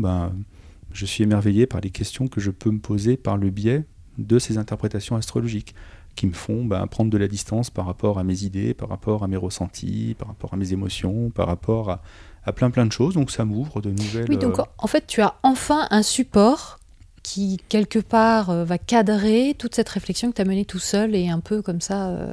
[SPEAKER 3] je suis émerveillé par les questions que je peux me poser par le biais de ces interprétations astrologiques, qui me font prendre de la distance par rapport à mes idées, par rapport à mes ressentis, par rapport à mes émotions, par rapport à plein de choses. Donc ça m'ouvre de nouvelles...
[SPEAKER 2] Oui, donc en fait, tu as enfin un support qui, quelque part, va cadrer toute cette réflexion que tu as menée tout seul et un peu comme ça...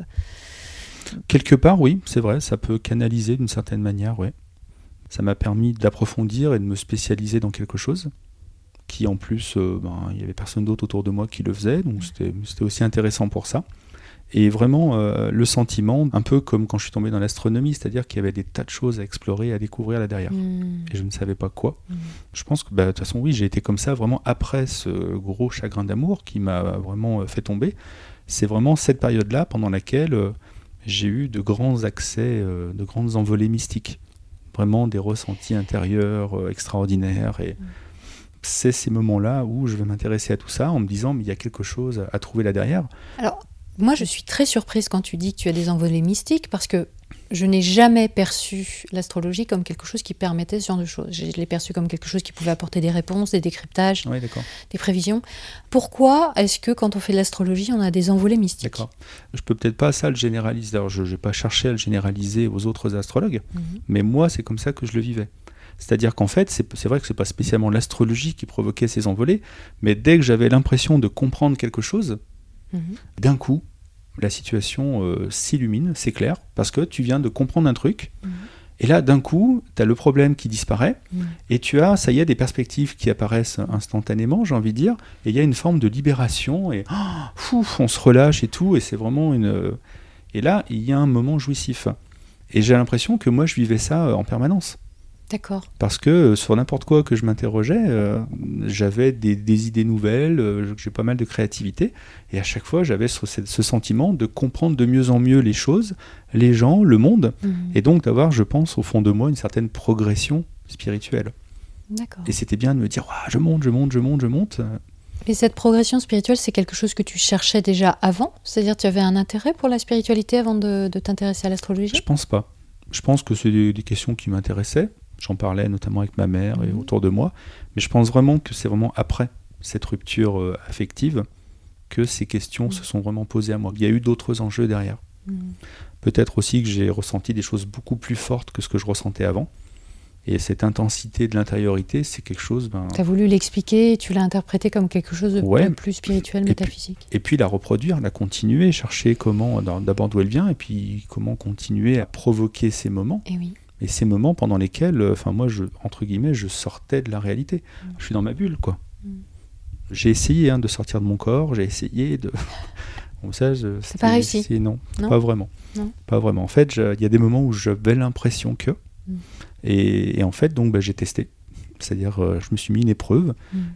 [SPEAKER 3] Quelque part, oui, c'est vrai, ça peut canaliser d'une certaine manière, oui. Ça m'a permis d'approfondir et de me spécialiser dans quelque chose qui en plus, il n'y avait personne d'autre autour de moi qui le faisait, donc c'était aussi intéressant pour ça. Et vraiment, le sentiment, un peu comme quand je suis tombé dans l'astronomie, c'est-à-dire qu'il y avait des tas de choses à explorer, à découvrir là derrière. Et je ne savais pas quoi. Je pense que, de toute façon, oui, j'ai été comme ça, vraiment après ce gros chagrin d'amour qui m'a vraiment fait tomber. C'est vraiment cette période-là pendant laquelle j'ai eu de grands accès, de grandes envolées mystiques. Vraiment des ressentis intérieurs extraordinaires et... C'est ces moments-là où je vais m'intéresser à tout ça en me disant mais il y a quelque chose à trouver là derrière.
[SPEAKER 2] Alors, moi je suis très surprise quand tu dis que tu as des envolées mystiques parce que je n'ai jamais perçu l'astrologie comme quelque chose qui permettait ce genre de choses. Je l'ai perçu comme quelque chose qui pouvait apporter des réponses, des décryptages, des prévisions. Pourquoi est-ce que quand on fait de l'astrologie, on a des envolées mystiques ?
[SPEAKER 3] D'accord. Je peux peut-être pas ça le généraliser. Alors je n'ai pas cherché à le généraliser aux autres astrologues, mais moi c'est comme ça que je le vivais. C'est-à-dire qu'en fait, c'est vrai que ce n'est pas spécialement l'astrologie qui provoquait ces envolées, mais dès que j'avais l'impression de comprendre quelque chose, d'un coup, la situation s'illumine, s'éclaire, parce que tu viens de comprendre un truc, et là, d'un coup, tu as le problème qui disparaît, et tu as, ça y est, des perspectives qui apparaissent instantanément, j'ai envie de dire, et il y a une forme de libération, et on se relâche et tout, et c'est vraiment une... Et là, il y a un moment jouissif. Et j'ai l'impression que moi, je vivais ça en permanence.
[SPEAKER 2] D'accord.
[SPEAKER 3] Parce que sur n'importe quoi que je m'interrogeais, j'avais des idées nouvelles, j'ai pas mal de créativité, et à chaque fois j'avais ce sentiment de comprendre de mieux en mieux les choses, les gens, le monde, et donc d'avoir, je pense, au fond de moi une certaine progression spirituelle.
[SPEAKER 2] D'accord.
[SPEAKER 3] Et c'était bien de me dire, je monte.
[SPEAKER 2] Et cette progression spirituelle, c'est quelque chose que tu cherchais déjà avant ? C'est-à-dire tu avais un intérêt pour la spiritualité avant de t'intéresser à l'astrologie ?
[SPEAKER 3] Je pense pas. Je pense que c'est des questions qui m'intéressaient. J'en parlais notamment avec ma mère et autour de moi. Mais je pense vraiment que c'est vraiment après cette rupture affective que ces questions se sont vraiment posées à moi. Il y a eu d'autres enjeux derrière. Peut-être aussi que j'ai ressenti des choses beaucoup plus fortes que ce que je ressentais avant. Et cette intensité de l'intériorité, c'est quelque chose...
[SPEAKER 2] Tu as voulu l'expliquer, tu l'as interprété comme quelque chose de plus spirituel, métaphysique.
[SPEAKER 3] Et puis la reproduire, la continuer, chercher comment, d'abord d'où elle vient, et puis comment continuer à provoquer ces moments. Et ces moments pendant lesquels, moi, entre guillemets, je sortais de la réalité. Je suis dans ma bulle, quoi. J'ai essayé de sortir de mon corps, j'ai essayé de... Bon, ça,
[SPEAKER 2] c'est pas réussi.
[SPEAKER 3] Non, pas vraiment. Non. Pas vraiment. En fait, il y a des moments où j'avais l'impression que... Et en fait, donc, j'ai testé. C'est-à-dire, je me suis mis une épreuve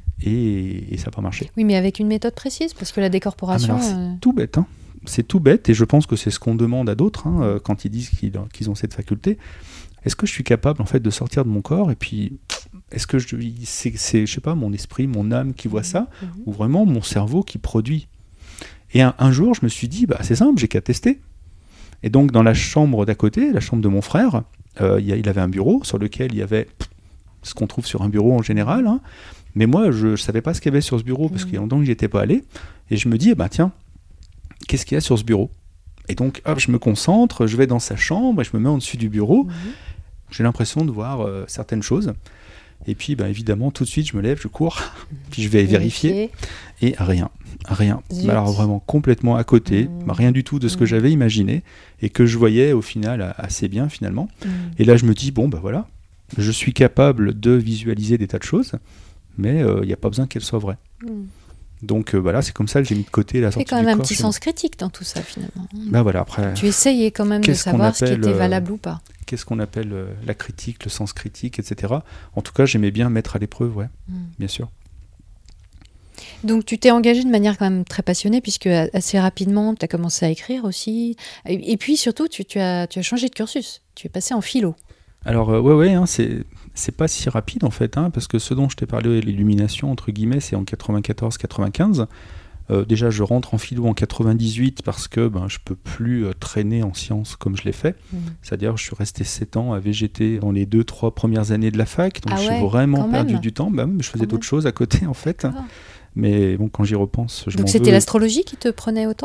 [SPEAKER 3] et ça n'a pas marché.
[SPEAKER 2] Oui, mais avec une méthode précise, parce que la décorporation...
[SPEAKER 3] c'est tout bête, C'est tout bête, et je pense que c'est ce qu'on demande à d'autres quand ils disent qu'ils ont cette faculté. Est-ce que je suis capable, en fait, de sortir de mon corps, et puis, est-ce que c'est je sais pas, mon esprit, mon âme qui voit ça, ou vraiment mon cerveau qui produit ? Et un jour, je me suis dit, c'est simple, j'ai qu'à tester. Et donc, dans la chambre d'à côté, la chambre de mon frère, il avait un bureau sur lequel il y avait ce qu'on trouve sur un bureau en général, hein. Mais moi, je ne savais pas ce qu'il y avait sur ce bureau, parce qu'il y a longtemps que j'y étais pas allé. Et je me dis, tiens, qu'est-ce qu'il y a sur ce bureau ? Et donc, hop, je me concentre, je vais dans sa chambre, et je me mets en dessus du bureau. J'ai l'impression de voir certaines choses. Et puis, évidemment, tout de suite, je me lève, je cours, puis je vais vérifier. Et rien. Alors vraiment complètement à côté, rien du tout de ce que j'avais imaginé, et que je voyais au final assez bien, finalement. Et là, je me dis, voilà, je suis capable de visualiser des tas de choses, mais il n'y a pas besoin qu'elles soient vraies. Donc voilà, c'est comme ça que j'ai mis de côté la sortie du corps.
[SPEAKER 2] Il y a quand même un petit sens critique dans tout ça, finalement.
[SPEAKER 3] Voilà, après,
[SPEAKER 2] tu essayais quand même de savoir ce qui était valable ou pas.
[SPEAKER 3] Qu'est-ce qu'on appelle la critique, le sens critique, etc. En tout cas, j'aimais bien mettre à l'épreuve, bien sûr.
[SPEAKER 2] Donc tu t'es engagé de manière quand même très passionnée, puisque assez rapidement, tu as commencé à écrire aussi. Et puis surtout, tu as changé de cursus. Tu es passé en philo.
[SPEAKER 3] Alors, c'est pas si rapide en fait, parce que ce dont je t'ai parlé, l'illumination, entre guillemets, c'est en 94-95. Déjà, je rentre en philo en 98 parce que je peux plus traîner en sciences comme je l'ai fait. C'est-à-dire, je suis resté 7 ans à végéter dans les 2-3 premières années de la fac, donc j'ai vraiment perdu du temps. Je faisais d'autres choses à côté en fait. Mais bon, quand j'y repense, je m'en veux.
[SPEAKER 2] Donc c'était l'astrologie qui te prenait autant ?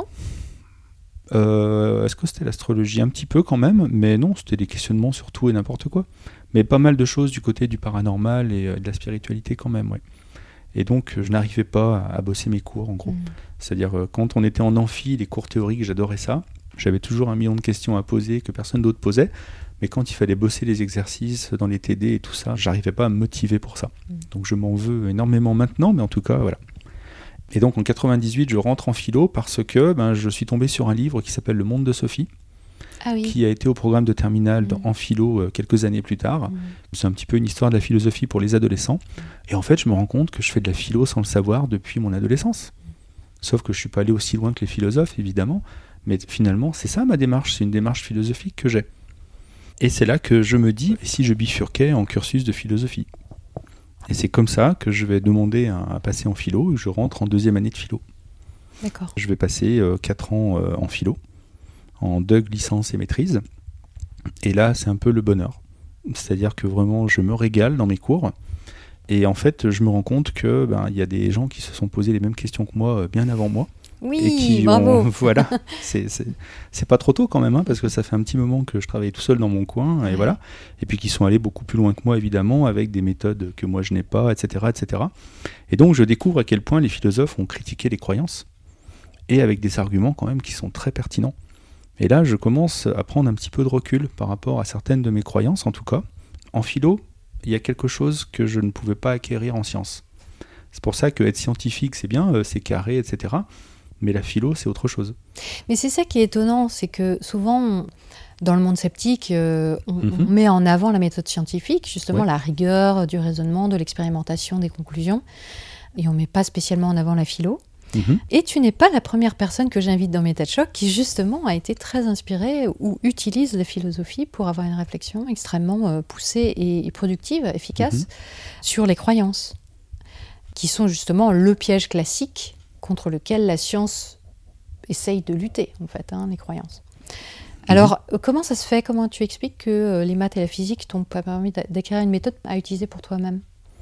[SPEAKER 3] Est-ce que c'était l'astrologie ? Un petit peu quand même, mais non, c'était des questionnements sur tout et n'importe quoi. Mais pas mal de choses du côté du paranormal et de la spiritualité quand même, Et donc, je n'arrivais pas à bosser mes cours, en gros. C'est-à-dire, quand on était en amphi, les cours théoriques, j'adorais ça. J'avais toujours 1 million de questions à poser que personne d'autre posait. Mais quand il fallait bosser les exercices dans les TD et tout ça, j'arrivais pas à me motiver pour ça. Donc, je m'en veux énormément maintenant, mais en tout cas, voilà. Et donc, en 98, je rentre en philo parce que je suis tombé sur un livre qui s'appelle Le Monde de Sophie. Qui a été au programme de terminale en philo quelques années plus tard. C'est un petit peu une histoire de la philosophie pour les adolescents. Et en fait, je me rends compte que je fais de la philo sans le savoir depuis mon adolescence. Sauf que je ne suis pas allé aussi loin que les philosophes, évidemment. Mais finalement, c'est ça ma démarche. C'est une démarche philosophique que j'ai. Et c'est là que je me dis, et si je bifurquais en cursus de philosophie ? Et c'est comme ça que je vais demander à passer en philo, et je rentre en 2e année de philo.
[SPEAKER 2] D'accord.
[SPEAKER 3] Je vais passer 4 ans en philo, en DUG, licence et maîtrise. Et là, c'est un peu le bonheur. C'est-à-dire que vraiment, je me régale dans mes cours. Et en fait, je me rends compte que y a des gens qui se sont posés les mêmes questions que moi bien avant moi.
[SPEAKER 2] Oui,
[SPEAKER 3] et qui
[SPEAKER 2] bravo.
[SPEAKER 3] Voilà, c'est pas trop tôt quand même, parce que ça fait un petit moment que je travaille tout seul dans mon coin, et voilà. Et puis qui sont allés beaucoup plus loin que moi, évidemment, avec des méthodes que moi je n'ai pas, etc., etc. Et donc je découvre à quel point les philosophes ont critiqué les croyances, et avec des arguments quand même qui sont très pertinents. Et là, je commence à prendre un petit peu de recul par rapport à certaines de mes croyances, en tout cas. En philo, il y a quelque chose que je ne pouvais pas acquérir en sciences. C'est pour ça qu'être scientifique, c'est bien, c'est carré, etc., mais la philo, c'est autre chose.
[SPEAKER 2] Mais c'est ça qui est étonnant, c'est que souvent, dans le monde sceptique, on met en avant la méthode scientifique, justement la rigueur du raisonnement, de l'expérimentation, des conclusions, et on ne met pas spécialement en avant la philo. Et tu n'es pas la première personne que j'invite dans mes TED Chocs qui justement a été très inspirée ou utilise la philosophie pour avoir une réflexion extrêmement poussée et productive, efficace, sur les croyances, qui sont justement le piège classique contre lequel la science essaye de lutter, en fait, les croyances. Alors, comment ça se fait ? Comment tu expliques que les maths et la physique t'ont pas permis d'acquérir une méthode à utiliser pour toi-même ?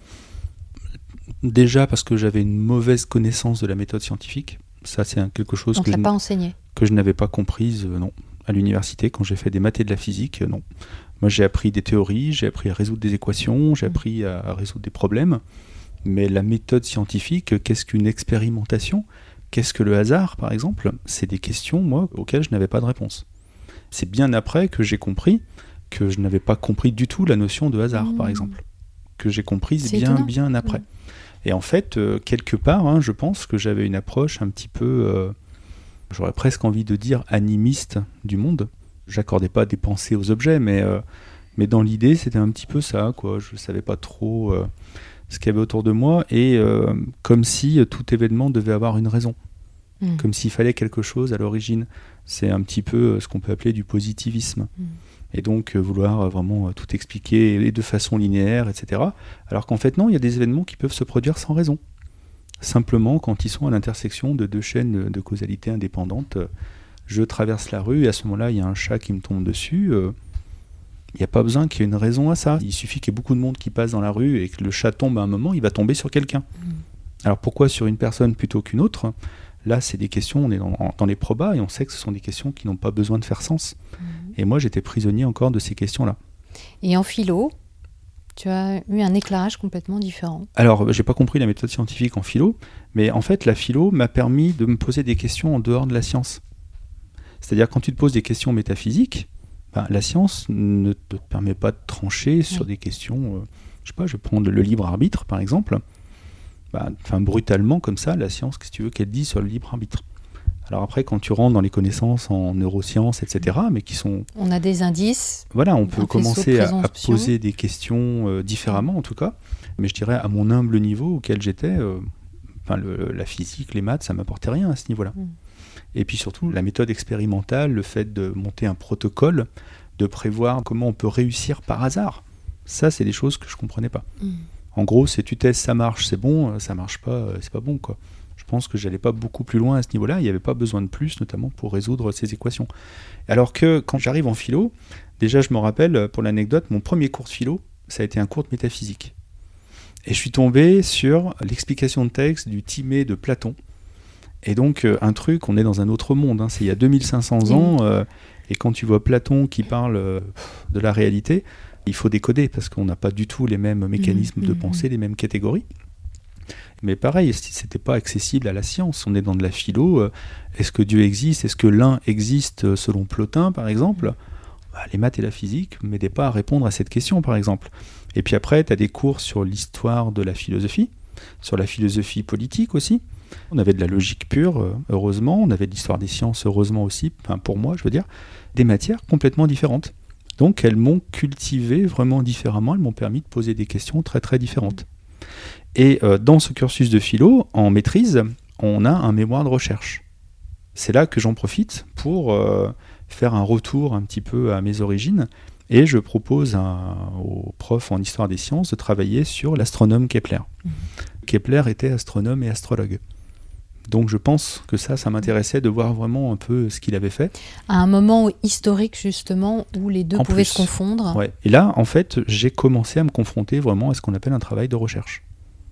[SPEAKER 3] Déjà parce que j'avais une mauvaise connaissance de la méthode scientifique. Ça, c'est quelque chose
[SPEAKER 2] que
[SPEAKER 3] je n'avais pas comprise, non. À l'université, quand j'ai fait des maths et de la physique, non. Moi, j'ai appris des théories, j'ai appris à résoudre des équations, j'ai appris à résoudre des problèmes. Mais la méthode scientifique, qu'est-ce qu'une expérimentation ? Qu'est-ce que le hasard, par exemple ? C'est des questions, moi, auxquelles je n'avais pas de réponse. C'est bien après que j'ai compris que je n'avais pas compris du tout la notion de hasard, par exemple. Que j'ai comprise bien après. Et en fait, quelque part, je pense que j'avais une approche un petit peu, j'aurais presque envie de dire, animiste du monde. J'accordais pas des pensées aux objets, mais dans l'idée, c'était un petit peu ça, quoi. Je savais pas trop ce qu'il y avait autour de moi, et comme si tout événement devait avoir une raison. Comme s'il fallait quelque chose à l'origine. C'est un petit peu ce qu'on peut appeler du positivisme. Et donc vouloir vraiment tout expliquer et de façon linéaire, etc. Alors qu'en fait non, il y a des événements qui peuvent se produire sans raison. Simplement quand ils sont à l'intersection de 2 chaînes de causalité indépendantes, je traverse la rue et à ce moment-là il y a un chat qui me tombe dessus, Il n'y a pas besoin qu'il y ait une raison à ça. Il suffit qu'il y ait beaucoup de monde qui passe dans la rue et que le chat tombe à un moment, il va tomber sur quelqu'un. Alors pourquoi sur une personne plutôt qu'une autre ? Là, c'est des questions, on est dans les probas et on sait que ce sont des questions qui n'ont pas besoin de faire sens. Et moi, j'étais prisonnier encore de ces questions-là.
[SPEAKER 2] Et en philo, tu as eu un éclairage complètement différent.
[SPEAKER 3] Alors, j'ai pas compris la méthode scientifique en philo, mais en fait, la philo m'a permis de me poser des questions en dehors de la science. C'est-à-dire, quand tu te poses des questions métaphysiques, la science ne te permet pas de trancher sur des questions... je sais pas, je vais prendre le libre arbitre, par exemple. Brutalement, comme ça, la science, qu'est-ce que tu veux qu'elle dise sur le libre arbitre ? Alors après, quand tu rentres dans les connaissances en neurosciences, etc., mais qui sont...
[SPEAKER 2] On a des indices.
[SPEAKER 3] Voilà, on peut commencer à poser des questions différemment, en tout cas. Mais je dirais, à mon humble niveau auquel j'étais, la physique, les maths, ça ne m'apportait rien à ce niveau-là. Et puis surtout, la méthode expérimentale, le fait de monter un protocole, de prévoir comment on peut réussir par hasard, ça, c'est des choses que je ne comprenais pas. En gros, c'est tu testes, ça marche, c'est bon, ça marche pas, c'est pas bon, quoi. Je pense que j'allais pas beaucoup plus loin à ce niveau-là, il n'y avait pas besoin de plus, notamment pour résoudre ces équations. Alors que quand j'arrive en philo, déjà je me rappelle, pour l'anecdote, mon premier cours de philo, ça a été un cours de métaphysique. Et je suis tombé sur l'explication de texte du Timée de Platon. Et donc, un truc, on est dans un autre monde, c'est il y a 2500 ans, et quand tu vois Platon qui parle de la réalité, il faut décoder parce qu'on n'a pas du tout les mêmes mécanismes de pensée, les mêmes catégories. Mais pareil, c'était pas accessible à la science. On est dans de la philo. Est-ce que Dieu existe ? Est-ce que l'un existe selon Plotin, par exemple ? Les maths et la physique ne m'aidaient pas à répondre à cette question, par exemple. Et puis après, tu as des cours sur l'histoire de la philosophie, sur la philosophie politique aussi. On avait de la logique pure, heureusement. On avait de l'histoire des sciences, heureusement aussi. Pour moi, je veux dire, des matières complètement différentes. Donc elles m'ont cultivé vraiment différemment, elles m'ont permis de poser des questions très très différentes. Et dans ce cursus de philo, en maîtrise, on a un mémoire de recherche. C'est là que j'en profite pour faire un retour un petit peu à mes origines, et je propose aux profs en histoire des sciences de travailler sur l'astronome Kepler. Kepler était astronome et astrologue. Donc je pense que ça m'intéressait de voir vraiment un peu ce qu'il avait fait.
[SPEAKER 2] À un moment historique justement où les deux pouvaient se confondre.
[SPEAKER 3] Ouais. Et là, en fait, j'ai commencé à me confronter vraiment à ce qu'on appelle un travail de recherche.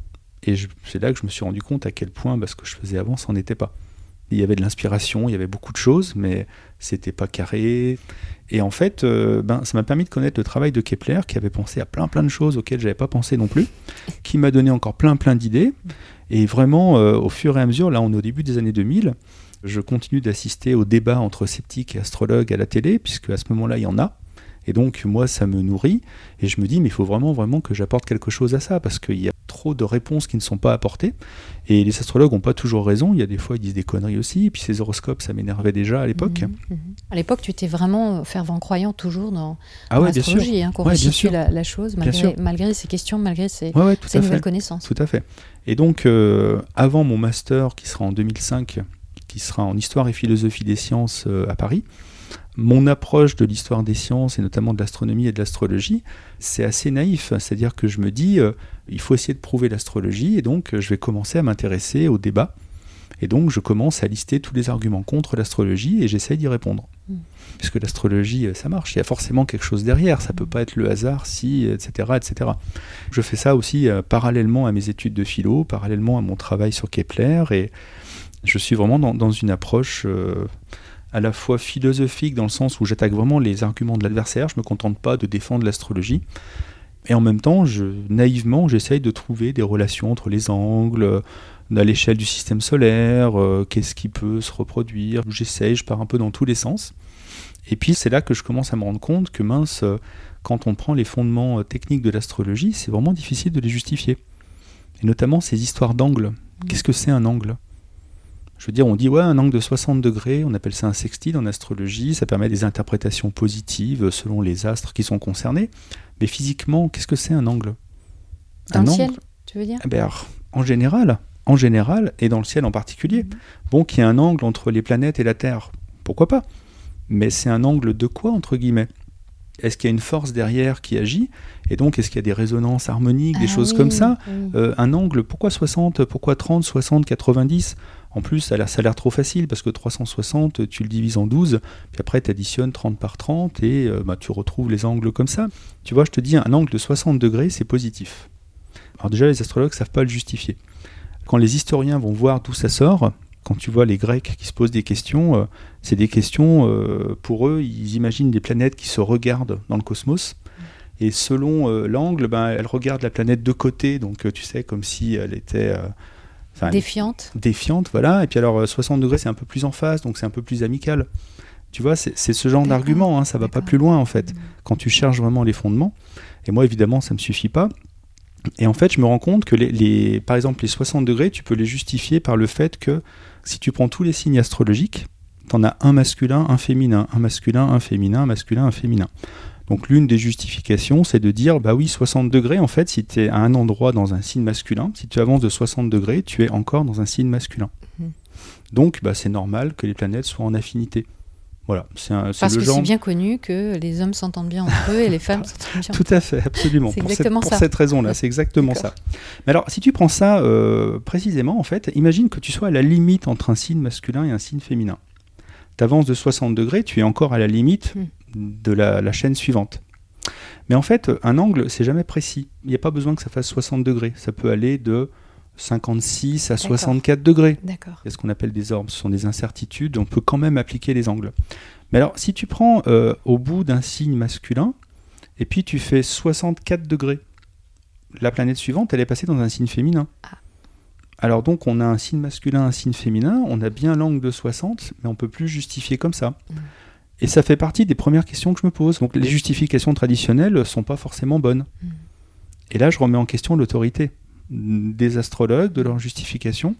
[SPEAKER 3] Et c'est là que je me suis rendu compte à quel point ce que je faisais avant, ça n'en était pas. Il y avait de l'inspiration, il y avait beaucoup de choses, mais c'était pas carré. Et en fait, ça m'a permis de connaître le travail de Kepler, qui avait pensé à plein de choses auxquelles j'avais pas pensé non plus, qui m'a donné encore plein d'idées. Et vraiment, au fur et à mesure, là on est au début des années 2000, je continue d'assister aux débats entre sceptiques et astrologues à la télé, puisque à ce moment-là, il y en a. Et donc, moi, ça me nourrit. Et je me dis, mais il faut vraiment que j'apporte quelque chose à ça, parce qu'il y a trop de réponses qui ne sont pas apportées. Et les astrologues n'ont pas toujours raison. Il y a des fois, ils disent des conneries aussi. Et puis ces horoscopes, ça m'énervait déjà à l'époque.
[SPEAKER 2] À l'époque, tu étais vraiment fervent croyant toujours dans
[SPEAKER 3] ouais,
[SPEAKER 2] l'astrologie, qu'on resitue la chose, malgré ces questions, malgré ces nouvelles connaissances.
[SPEAKER 3] Tout à fait. Et donc, avant mon master, qui sera en 2005, qui sera en histoire et philosophie des sciences à Paris, mon approche de l'histoire des sciences, et notamment de l'astronomie et de l'astrologie, c'est assez naïf. C'est-à-dire que je me dis, il faut essayer de prouver l'astrologie, et donc je vais commencer à m'intéresser au débat. Et donc je commence à lister tous les arguments contre l'astrologie, et j'essaye d'y répondre. Puisque l'astrologie, ça marche, il y a forcément quelque chose derrière, ça ne peut pas être le hasard, etc. Je fais ça aussi parallèlement à mes études de philo, parallèlement à mon travail sur Kepler, et je suis vraiment dans une approche... à la fois philosophique dans le sens où j'attaque vraiment les arguments de l'adversaire, je ne me contente pas de défendre l'astrologie, et en même temps, naïvement, j'essaye de trouver des relations entre les angles, à l'échelle du système solaire, qu'est-ce qui peut se reproduire, je pars un peu dans tous les sens, et puis c'est là que je commence à me rendre compte que quand on prend les fondements techniques de l'astrologie, c'est vraiment difficile de les justifier, et notamment ces histoires d'angles. Qu'est-ce que c'est un angle ? Je veux dire, on dit, un angle de 60 degrés, on appelle ça un sextile en astrologie, ça permet des interprétations positives selon les astres qui sont concernés. Mais physiquement, qu'est-ce que c'est un angle ?
[SPEAKER 2] Dans le ciel, tu veux dire ?
[SPEAKER 3] En général, et dans le ciel en particulier. Qu'il y ait un angle entre les planètes et la Terre, pourquoi pas ? Mais c'est un angle de quoi, entre guillemets ? Est-ce qu'il y a une force derrière qui agit ? Et donc, est-ce qu'il y a des résonances harmoniques, des choses comme ça ? Un angle, pourquoi 60 ? Pourquoi 30, 60, 90 ? En plus, ça a l'air trop facile parce que 360, tu le divises en 12, puis après tu additionnes 30 par 30 et tu retrouves les angles comme ça. Tu vois, je te dis, un angle de 60 degrés, c'est positif. Alors déjà, les astrologues ne savent pas le justifier. Quand les historiens vont voir d'où ça sort, quand tu vois les Grecs qui se posent des questions, c'est des questions, pour eux, ils imaginent des planètes qui se regardent dans le cosmos. Et selon l'angle, elles regardent la planète de côté, donc tu sais, comme si elle était... Défiante, voilà. Et puis alors, 60 degrés, c'est un peu plus en face, donc c'est un peu plus amical. Tu vois, c'est ce genre d'argument, hein, ça va pas plus loin, en fait, quand tu cherches vraiment les fondements. Et moi, évidemment, ça me suffit pas. Et en fait, je me rends compte que, par exemple, les 60 degrés, tu peux les justifier par le fait que si tu prends tous les signes astrologiques, tu en as un masculin, un féminin, un masculin, un féminin, un masculin, un féminin. Donc l'une des justifications, c'est de dire, 60 degrés, en fait, si tu es à un endroit dans un signe masculin, si tu avances de 60 degrés, tu es encore dans un signe masculin. Donc c'est normal que les planètes soient en affinité. Voilà,
[SPEAKER 2] parce que c'est bien connu que les hommes s'entendent bien entre eux et les femmes s'entendent bien.
[SPEAKER 3] Tout à fait, absolument. Pour cette raison-là, c'est exactement ça. Mais alors, si tu prends ça précisément, en fait, imagine que tu sois à la limite entre un signe masculin et un signe féminin. Tu avances de 60 degrés, tu es encore à la limite de la chaîne suivante. Mais en fait, un angle, c'est jamais précis. Il n'y a pas besoin que ça fasse 60 degrés. Ça peut aller de 56 à 64 degrés.
[SPEAKER 2] D'accord.
[SPEAKER 3] C'est ce qu'on appelle des orbes. Ce sont des incertitudes. On peut quand même appliquer les angles. Mais alors, si tu prends au bout d'un signe masculin, et puis tu fais 64 degrés, la planète suivante, elle est passée dans un signe féminin. Alors donc, on a un signe masculin, un signe féminin, on a bien l'angle de 60, mais on ne peut plus justifier comme ça. Et ça fait partie des premières questions que je me pose. Donc les justifications traditionnelles ne sont pas forcément bonnes. Et là, je remets en question l'autorité des astrologues, de leur justification.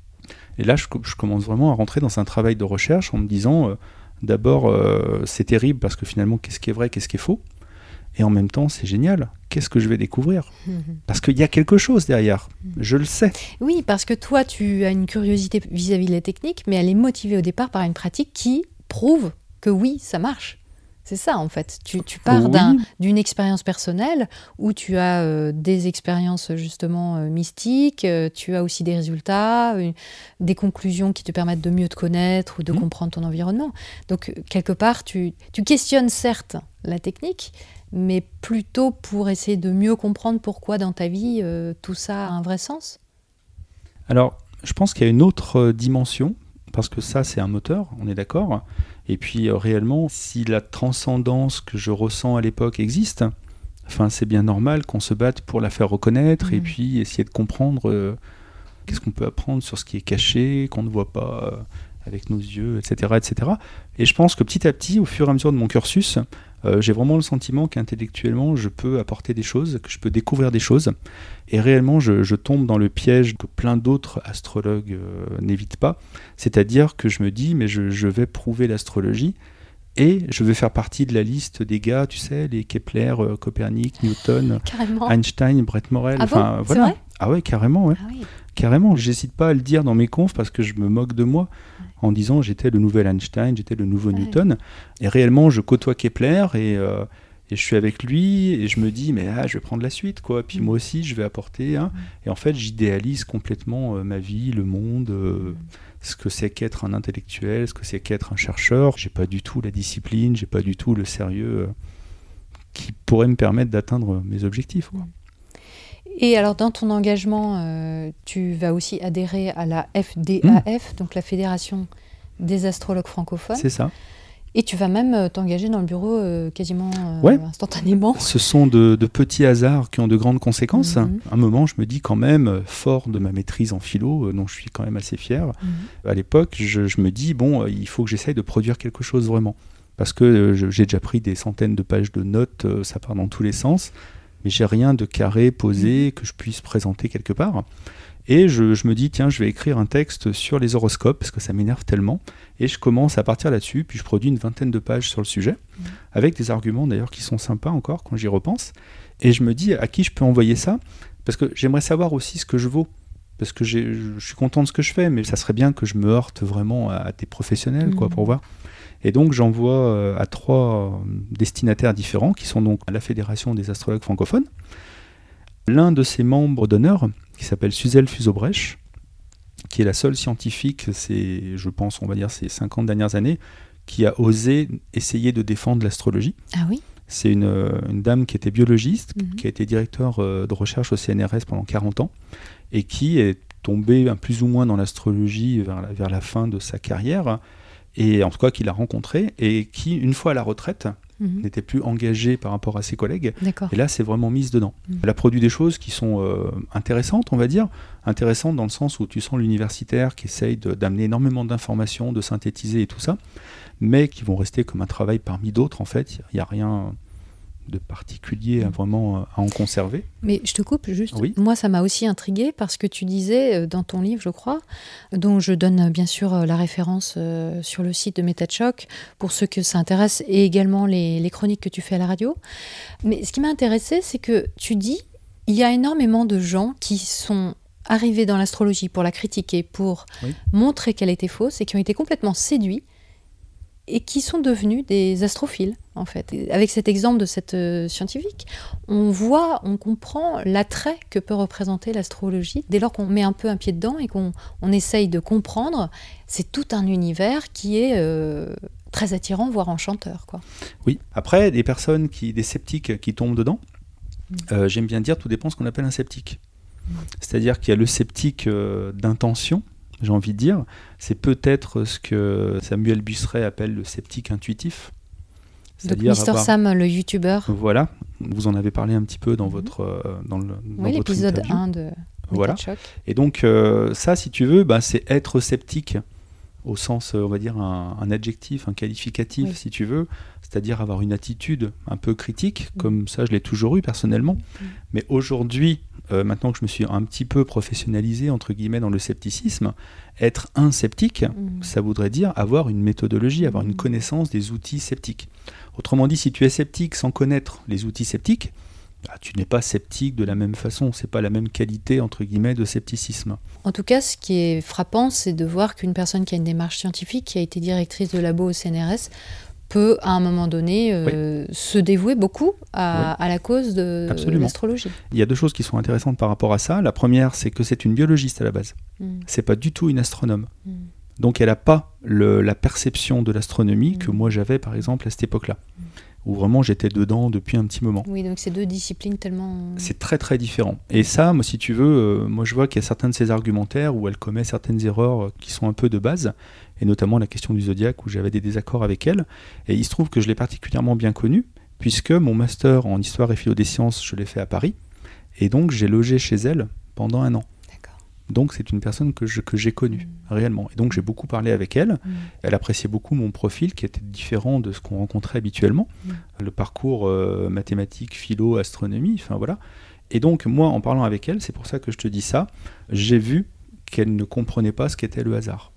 [SPEAKER 3] Et là, je commence vraiment à rentrer dans un travail de recherche en me disant, d'abord, c'est terrible parce que finalement, qu'est-ce qui est vrai, qu'est-ce qui est faux ? Et en même temps, c'est génial. Qu'est-ce que je vais découvrir ? Parce qu'il y a quelque chose derrière. Je le sais.
[SPEAKER 2] Oui, parce que toi, tu as une curiosité vis-à-vis de la technique, mais elle est motivée au départ par une pratique qui prouve que oui, ça marche. C'est ça, en fait. Tu pars d'une expérience personnelle où tu as des expériences, justement, mystiques, tu as aussi des résultats, des conclusions qui te permettent de mieux te connaître ou de comprendre ton environnement. Donc, quelque part, tu questionnes, certes, la technique, mais plutôt pour essayer de mieux comprendre pourquoi, dans ta vie, tout ça a un vrai sens.
[SPEAKER 3] Alors, je pense qu'il y a une autre dimension, parce que ça, c'est un moteur, on est d'accord. Et puis, réellement, si la transcendance que je ressens à l'époque existe, c'est bien normal qu'on se batte pour la faire reconnaître et puis essayer de comprendre qu'est-ce qu'on peut apprendre sur ce qui est caché, qu'on ne voit pas avec nos yeux, etc., etc. Et je pense que petit à petit, au fur et à mesure de mon cursus, j'ai vraiment le sentiment qu'intellectuellement, je peux apporter des choses, que je peux découvrir des choses. Et réellement, je tombe dans le piège que plein d'autres astrologues n'évitent pas. C'est-à-dire que je me dis, mais je vais prouver l'astrologie et je vais faire partie de la liste des gars, tu sais, les Kepler, Copernic, Newton, Einstein, Brett Morel.
[SPEAKER 2] Ah bon, c'est vrai ?
[SPEAKER 3] Ah ouais, carrément, ouais.
[SPEAKER 2] Ah oui.
[SPEAKER 3] Carrément, j'hésite pas à le dire dans mes confs parce que je me moque de moi en disant j'étais le nouvel Einstein, j'étais le nouveau Newton. Et réellement, je côtoie Kepler et je suis avec lui et je me dis mais je vais prendre la suite quoi. Puis moi aussi, je vais apporter. Et en fait, j'idéalise complètement ma vie, le monde, ce que c'est qu'être un intellectuel, ce que c'est qu'être un chercheur. J'ai pas du tout la discipline, j'ai pas du tout le sérieux qui pourrait me permettre d'atteindre mes objectifs, quoi.
[SPEAKER 2] Et alors, dans ton engagement, tu vas aussi adhérer à la FDAF, donc la Fédération des astrologues francophones.
[SPEAKER 3] C'est ça.
[SPEAKER 2] Et tu vas même t'engager dans le bureau quasiment instantanément. Ce
[SPEAKER 3] sont de petits hasards qui ont de grandes conséquences. À un moment, je me dis quand même, fort de ma maîtrise en philo, dont je suis quand même assez fier, à l'époque, je me dis, il faut que j'essaye de produire quelque chose vraiment. Parce que j'ai déjà pris des centaines de pages de notes, ça part dans tous les sens. Mais j'ai rien de carré, posé, que je puisse présenter quelque part. Et je me dis, tiens, je vais écrire un texte sur les horoscopes, parce que ça m'énerve tellement. Et je commence à partir là-dessus, puis je produis une 20aine de pages sur le sujet, avec des arguments d'ailleurs qui sont sympas encore quand j'y repense. Et je me dis, à qui je peux envoyer ça ? Parce que j'aimerais savoir aussi ce que je vaux. Parce que je suis content de ce que je fais, mais ça serait bien que je me heurte vraiment à des professionnels, pour voir. Et donc j'envoie à 3 destinataires différents, qui sont donc la Fédération des astrologues francophones. L'un de ses membres d'honneur, qui s'appelle Suzel Fusobrecht, qui est la seule scientifique, je pense, on va dire, ces 50 dernières années, qui a osé essayer de défendre l'astrologie.
[SPEAKER 2] Ah oui.
[SPEAKER 3] C'est une dame qui était biologiste, qui a été directeur de recherche au CNRS pendant 40 ans, et qui est tombée plus ou moins dans l'astrologie vers la fin de sa carrière, et en tout cas qui l'a rencontrée, et qui, une fois à la retraite, n'était plus engagée par rapport à ses collègues.
[SPEAKER 2] D'accord.
[SPEAKER 3] Et là, c'est vraiment mise dedans. Elle a produit des choses qui sont intéressantes, on va dire. Intéressantes dans le sens où tu sens l'universitaire qui essaye d'amener énormément d'informations, de synthétiser et tout ça, mais qui vont rester comme un travail parmi d'autres, en fait. Il n'y a rien de particulier à en conserver.
[SPEAKER 2] Mais je te coupe juste.
[SPEAKER 3] Oui.
[SPEAKER 2] Moi, ça m'a aussi intriguée parce que tu disais dans ton livre, je crois, dont je donne bien sûr la référence sur le site de Méta de Choc pour ceux que ça intéresse, et également les chroniques que tu fais à la radio. Mais ce qui m'a intéressé, c'est que tu dis, il y a énormément de gens qui sont arrivés dans l'astrologie pour la critiquer, pour montrer qu'elle était fausse, et qui ont été complètement séduits et qui sont devenus des astrophiles, en fait. Et avec cet exemple de cette scientifique, on comprend l'attrait que peut représenter l'astrologie. Dès lors qu'on met un peu un pied dedans et qu'on essaye de comprendre, c'est tout un univers qui est très attirant, voire enchanteur, quoi.
[SPEAKER 3] Oui. Après, des sceptiques qui tombent dedans, j'aime bien dire, tout dépend de ce qu'on appelle un sceptique. C'est-à-dire qu'il y a le sceptique d'intention, j'ai envie de dire, c'est peut-être ce que Samuel Busseret appelle le sceptique intuitif.
[SPEAKER 2] Donc Mister Sam, le youtubeur.
[SPEAKER 3] Voilà, vous en avez parlé un petit peu dans
[SPEAKER 2] l'épisode 1 de
[SPEAKER 3] voilà.
[SPEAKER 2] Choc.
[SPEAKER 3] Et donc ça, si tu veux, c'est être sceptique au sens, on va dire, un adjectif, un qualificatif, si tu veux, c'est-à-dire avoir une attitude un peu critique, comme ça je l'ai toujours eu personnellement. Mais aujourd'hui, maintenant que je me suis un petit peu professionnalisé, entre guillemets, dans le scepticisme, être un sceptique, ça voudrait dire avoir une méthodologie, avoir une connaissance des outils sceptiques. Autrement dit, si tu es sceptique sans connaître les outils sceptiques, tu n'es pas sceptique de la même façon, c'est pas la même qualité, entre guillemets, de scepticisme.
[SPEAKER 2] En tout cas, ce qui est frappant, c'est de voir qu'une personne qui a une démarche scientifique, qui a été directrice de labo au CNRS, peut, à un moment donné, se dévouer beaucoup à la cause de l'astrologie.
[SPEAKER 3] Il y a 2 choses qui sont intéressantes par rapport à ça. La première, c'est que c'est une biologiste à la base. C'est pas du tout une astronome. Donc elle n'a pas la perception de l'astronomie que moi j'avais, par exemple, à cette époque-là, où vraiment j'étais dedans depuis un petit moment.
[SPEAKER 2] Oui, donc c'est 2 disciplines tellement...
[SPEAKER 3] C'est très très différent. Et ça, moi, si tu veux, moi je vois qu'il y a certains de ces argumentaires où elle commet certaines erreurs qui sont un peu de base, et notamment la question du zodiaque où j'avais des désaccords avec elle. Et il se trouve que je l'ai particulièrement bien connue, puisque mon master en histoire et philo des sciences, je l'ai fait à Paris, et donc j'ai logé chez elle pendant 1 an. Donc c'est une personne que j'ai connue réellement. Et donc j'ai beaucoup parlé avec elle. Elle appréciait beaucoup mon profil qui était différent de ce qu'on rencontrait habituellement. Le parcours mathématiques, philo, astronomie, enfin voilà. Et donc moi, en parlant avec elle, c'est pour ça que je te dis ça, j'ai vu qu'elle ne comprenait pas ce qu'était le hasard.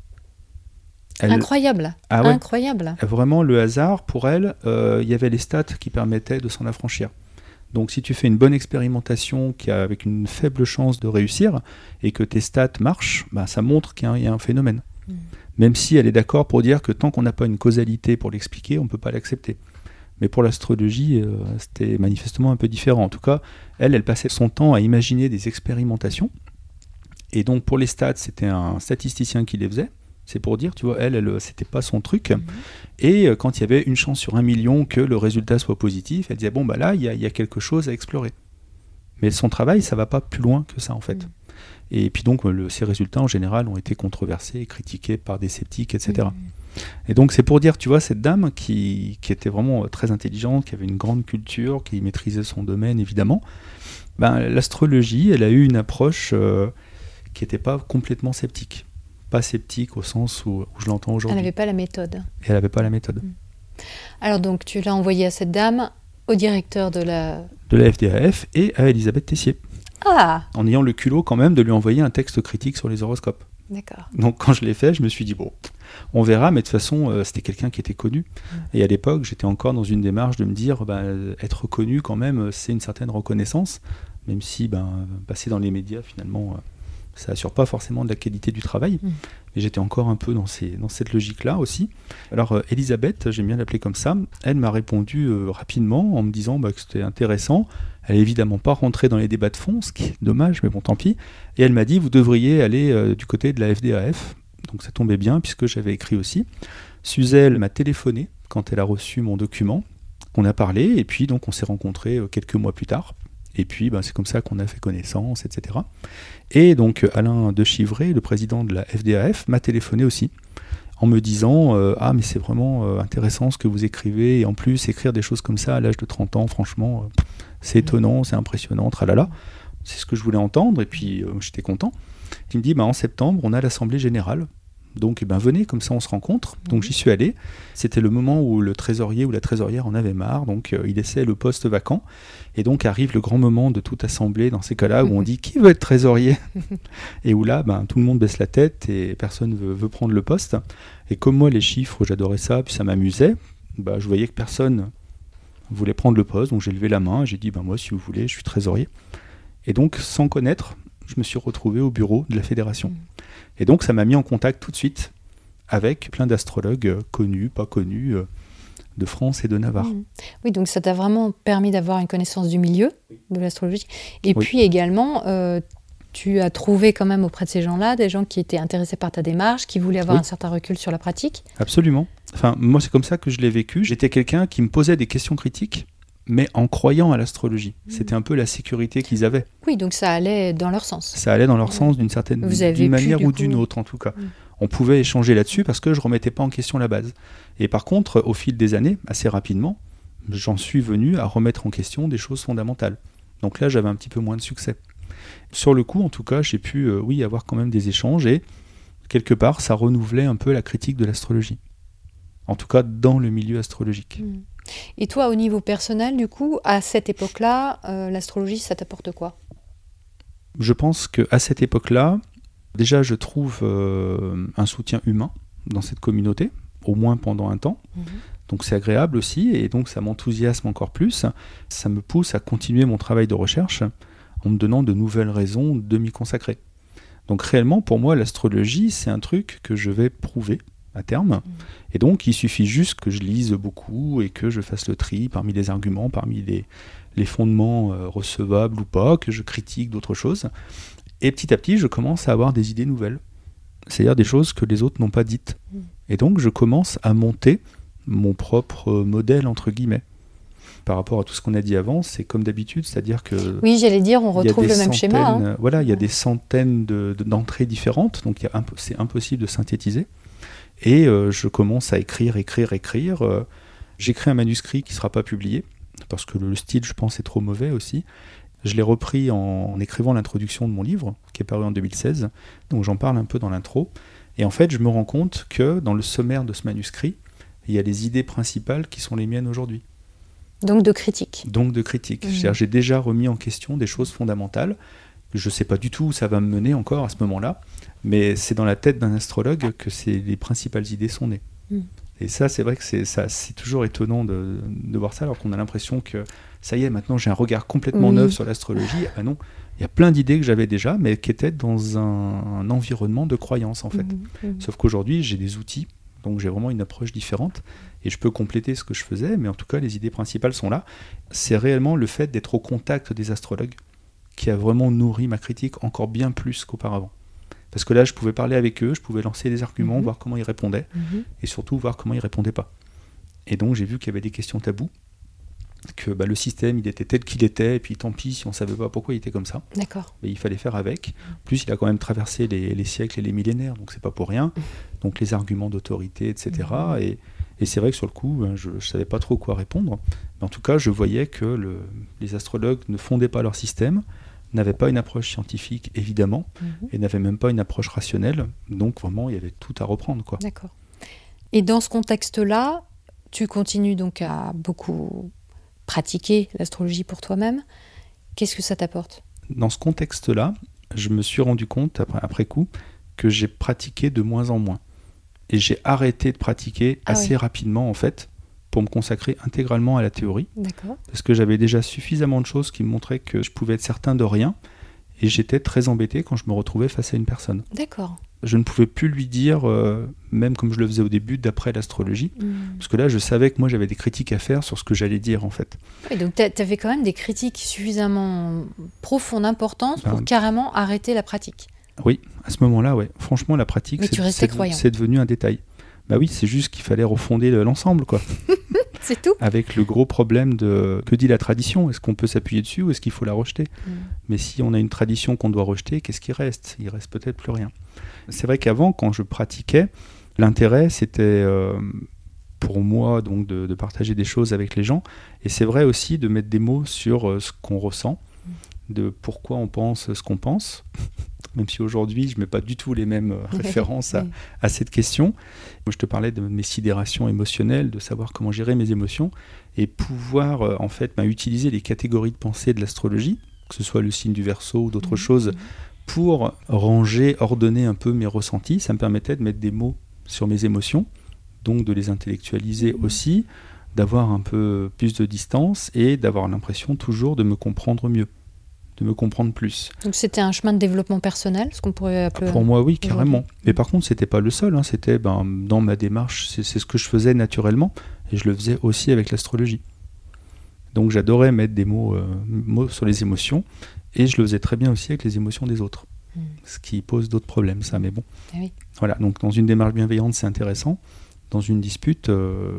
[SPEAKER 2] Incroyable. Ah ouais. Incroyable.
[SPEAKER 3] Vraiment, le hasard, pour elle, il y avait les stats qui permettaient de s'en affranchir. Donc si tu fais une bonne expérimentation avec une faible chance de réussir et que tes stats marchent, ça montre qu'il y a un phénomène. Même si elle est d'accord pour dire que tant qu'on n'a pas une causalité pour l'expliquer, on ne peut pas l'accepter. Mais pour l'astrologie, c'était manifestement un peu différent. En tout cas, elle passait son temps à imaginer des expérimentations. Et donc pour les stats, c'était un statisticien qui les faisait. C'est pour dire, tu vois, elle c'était pas son truc. Et quand il y avait une chance sur 1 million que le résultat soit positif, elle disait, là, il y a quelque chose à explorer. Mais son travail, ça va pas plus loin que ça, en fait. Et puis donc, ces résultats, en général, ont été controversés, critiqués par des sceptiques, etc. Et donc, c'est pour dire, tu vois, cette dame qui était vraiment très intelligente, qui avait une grande culture, qui maîtrisait son domaine, évidemment, l'astrologie, elle a eu une approche qui n'était pas complètement sceptique. Pas sceptique au sens où je l'entends aujourd'hui.
[SPEAKER 2] Elle n'avait pas la méthode.
[SPEAKER 3] Et elle n'avait pas la méthode.
[SPEAKER 2] Alors donc, tu l'as envoyé à cette dame, au directeur de la
[SPEAKER 3] FDAF et à Elisabeth Tessier.
[SPEAKER 2] Ah.
[SPEAKER 3] En ayant le culot quand même de lui envoyer un texte critique sur les horoscopes.
[SPEAKER 2] D'accord.
[SPEAKER 3] Donc quand je l'ai fait, je me suis dit, on verra, mais de toute façon, c'était quelqu'un qui était connu. Et à l'époque, j'étais encore dans une démarche de me dire, être connu quand même, c'est une certaine reconnaissance, même si passer dans les médias, finalement... ça assure pas forcément de la qualité du travail. Mais j'étais encore un peu dans cette logique-là aussi. Alors Elisabeth, j'aime bien l'appeler comme ça, elle m'a répondu rapidement en me disant que c'était intéressant. Elle n'est évidemment pas rentrée dans les débats de fond, ce qui est dommage, mais bon, tant pis. Et elle m'a dit, vous devriez aller du côté de la FDAF. Donc ça tombait bien, puisque j'avais écrit aussi. Suzel m'a téléphoné quand elle a reçu mon document. On a parlé, et puis donc on s'est rencontrés quelques mois plus tard. Et puis c'est comme ça qu'on a fait connaissance, etc. Et donc Alain Dechivray, le président de la FDAF, m'a téléphoné aussi, en me disant ah mais c'est vraiment intéressant ce que vous écrivez, et en plus écrire des choses comme ça à l'âge de 30 ans, franchement, c'est étonnant, c'est impressionnant, tralala. C'est ce que je voulais entendre, et puis j'étais content. Il me dit en septembre, on a l'Assemblée Générale. Donc venez, comme ça on se rencontre. Donc j'y suis allé. C'était le moment où le trésorier ou la trésorière en avait marre, donc il laissait le poste vacant. Et donc arrive le grand moment de toute assemblée dans ces cas-là où on dit qui veut être trésorier et où là tout le monde baisse la tête et personne veut prendre le poste. Et comme moi les chiffres j'adorais ça, puis ça m'amusait, je voyais que personne voulait prendre le poste, donc j'ai levé la main, j'ai dit moi si vous voulez je suis trésorier. Et donc sans connaître, je me suis retrouvé au bureau de la fédération. Et donc ça m'a mis en contact tout de suite avec plein d'astrologues connus, pas connus, de France et de Navarre.
[SPEAKER 2] Oui, donc ça t'a vraiment permis d'avoir une connaissance du milieu de l'astrologie. Et puis également, tu as trouvé quand même auprès de ces gens-là des gens qui étaient intéressés par ta démarche, qui voulaient avoir un certain recul sur la pratique.
[SPEAKER 3] Absolument. Enfin, moi c'est comme ça que je l'ai vécu. J'étais quelqu'un qui me posait des questions critiques, mais en croyant à l'astrologie. C'était un peu la sécurité qu'ils avaient.
[SPEAKER 2] Oui, donc ça allait dans leur sens.
[SPEAKER 3] Ça allait dans leur sens d'une manière ou d'une autre, en tout cas. On pouvait échanger là-dessus parce que je ne remettais pas en question la base. Et par contre, au fil des années, assez rapidement, j'en suis venu à remettre en question des choses fondamentales. Donc là, j'avais un petit peu moins de succès. Sur le coup, en tout cas, j'ai pu avoir quand même des échanges et quelque part, ça renouvelait un peu la critique de l'astrologie. En tout cas, dans le milieu astrologique.
[SPEAKER 2] Et toi, au niveau personnel, du coup, à cette époque-là, l'astrologie, ça t'apporte quoi ?
[SPEAKER 3] Je pense qu'à cette époque-là, déjà, je trouve un soutien humain dans cette communauté, au moins pendant un temps. Donc c'est agréable aussi, et donc ça m'enthousiasme encore plus. Ça me pousse à continuer mon travail de recherche en me donnant de nouvelles raisons de m'y consacrer. Donc réellement, pour moi, l'astrologie, c'est un truc que je vais prouver à terme. Et donc, il suffit juste que je lise beaucoup et que je fasse le tri parmi les arguments, parmi les fondements recevables ou pas, que je critique d'autres choses. Et petit à petit, je commence à avoir des idées nouvelles. C'est-à-dire des choses que les autres n'ont pas dites. Et donc, je commence à monter mon propre modèle, entre guillemets. Par rapport à tout ce qu'on a dit avant, c'est comme d'habitude, c'est-à-dire que...
[SPEAKER 2] Oui, j'allais dire, on retrouve le même schéma.
[SPEAKER 3] Voilà, il y a des centaines d'entrées différentes, donc c'est impossible de synthétiser. Et je commence à écrire. J'écris un manuscrit qui ne sera pas publié, parce que le style, je pense, est trop mauvais aussi. Je l'ai repris en écrivant l'introduction de mon livre, qui est paru en 2016, donc j'en parle un peu dans l'intro. Et en fait, je me rends compte que dans le sommaire de ce manuscrit, il y a les idées principales qui sont les miennes aujourd'hui.
[SPEAKER 2] Donc de critique.
[SPEAKER 3] C'est-à-dire, j'ai déjà remis en question des choses fondamentales. Je ne sais pas du tout où ça va me mener encore à ce moment-là, mais c'est dans la tête d'un astrologue que les principales idées sont nées. Et ça, c'est vrai que c'est toujours étonnant de voir ça, alors qu'on a l'impression que ça y est, maintenant j'ai un regard complètement neuf sur l'astrologie. Ah non, il y a plein d'idées que j'avais déjà, mais qui étaient dans un environnement de croyance en fait. Sauf qu'aujourd'hui, j'ai des outils, donc j'ai vraiment une approche différente, et je peux compléter ce que je faisais, mais en tout cas, les idées principales sont là. C'est réellement le fait d'être au contact des astrologues qui a vraiment nourri ma critique encore bien plus qu'auparavant. Parce que là, je pouvais parler avec eux, je pouvais lancer des arguments, voir comment ils répondaient, et surtout voir comment ils répondaient pas. Et donc, j'ai vu qu'il y avait des questions tabous, que le système, il était tel qu'il était, et puis tant pis si on savait pas pourquoi il était comme ça.
[SPEAKER 2] D'accord.
[SPEAKER 3] Mais il fallait faire avec. En plus, il a quand même traversé les siècles et les millénaires, donc c'est pas pour rien. Donc les arguments d'autorité, etc. Et c'est vrai que sur le coup, je savais pas trop quoi répondre. Mais en tout cas, je voyais que les astrologues ne fondaient pas leur système, n'avaient pas une approche scientifique, évidemment, et n'avaient même pas une approche rationnelle. Donc vraiment, il y avait tout à reprendre, quoi.
[SPEAKER 2] D'accord. Et dans ce contexte-là, tu continues donc à beaucoup pratiquer l'astrologie pour toi-même. Qu'est-ce que ça t'apporte ?
[SPEAKER 3] Dans ce contexte-là, je me suis rendu compte, après coup, que j'ai pratiqué de moins en moins. Et j'ai arrêté de pratiquer assez rapidement, en fait, pour me consacrer intégralement à la théorie.
[SPEAKER 2] D'accord.
[SPEAKER 3] Parce que j'avais déjà suffisamment de choses qui me montraient que je pouvais être certain de rien, Et j'étais très embêté quand je me retrouvais face à une personne.
[SPEAKER 2] D'accord.
[SPEAKER 3] Je ne pouvais plus lui dire, même comme je le faisais au début, d'après l'astrologie, parce que là, je savais que moi, j'avais des critiques à faire sur ce que j'allais dire, en fait.
[SPEAKER 2] Oui, donc tu avais quand même des critiques suffisamment profondes, importantes, pour carrément arrêter la pratique.
[SPEAKER 3] Oui, à ce moment-là, ouais. Franchement, la pratique, c'est devenu un détail. Bah oui, c'est juste qu'il fallait refonder l'ensemble, quoi.
[SPEAKER 2] C'est tout.
[SPEAKER 3] Avec le gros problème de que dit la tradition. Est-ce qu'on peut s'appuyer dessus ou est-ce qu'il faut la rejeter ? Mais si on a une tradition qu'on doit rejeter, qu'est-ce qui reste ? Il reste peut-être plus rien. C'est vrai qu'avant, quand je pratiquais, l'intérêt, c'était pour moi donc de partager des choses avec les gens. Et c'est vrai aussi de mettre des mots sur ce qu'on ressent, de pourquoi on pense ce qu'on pense. Même si aujourd'hui, je ne mets pas du tout les mêmes références à cette question. Je te parlais de mes sidérations émotionnelles, de savoir comment gérer mes émotions et pouvoir en fait utiliser les catégories de pensée de l'astrologie, que ce soit le signe du Verseau ou d'autres choses, pour ranger, ordonner un peu mes ressentis. Ça me permettait de mettre des mots sur mes émotions, donc de les intellectualiser aussi, d'avoir un peu plus de distance et d'avoir l'impression toujours de me comprendre mieux. De me comprendre plus.
[SPEAKER 2] Donc c'était un chemin de développement personnel, ce qu'on pourrait appeler...
[SPEAKER 3] Pour moi, oui, carrément. Mais par contre, c'était pas le seul. C'était dans ma démarche, c'est ce que je faisais naturellement, et je le faisais aussi avec l'astrologie. Donc j'adorais mettre des mots sur les émotions, et je le faisais très bien aussi avec les émotions des autres. Ce qui pose d'autres problèmes, ça, mais bon.
[SPEAKER 2] Oui.
[SPEAKER 3] Voilà, donc dans une démarche bienveillante, c'est intéressant. Dans une dispute,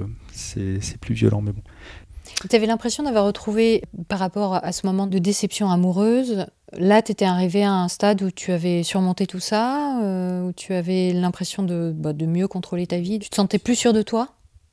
[SPEAKER 3] c'est plus violent, mais bon.
[SPEAKER 2] Tu avais l'impression d'avoir retrouvé, par rapport à ce moment de déception amoureuse, là, tu étais arrivé à un stade où tu avais surmonté tout ça, où tu avais l'impression de mieux contrôler ta vie. Tu te sentais plus sûr de toi ?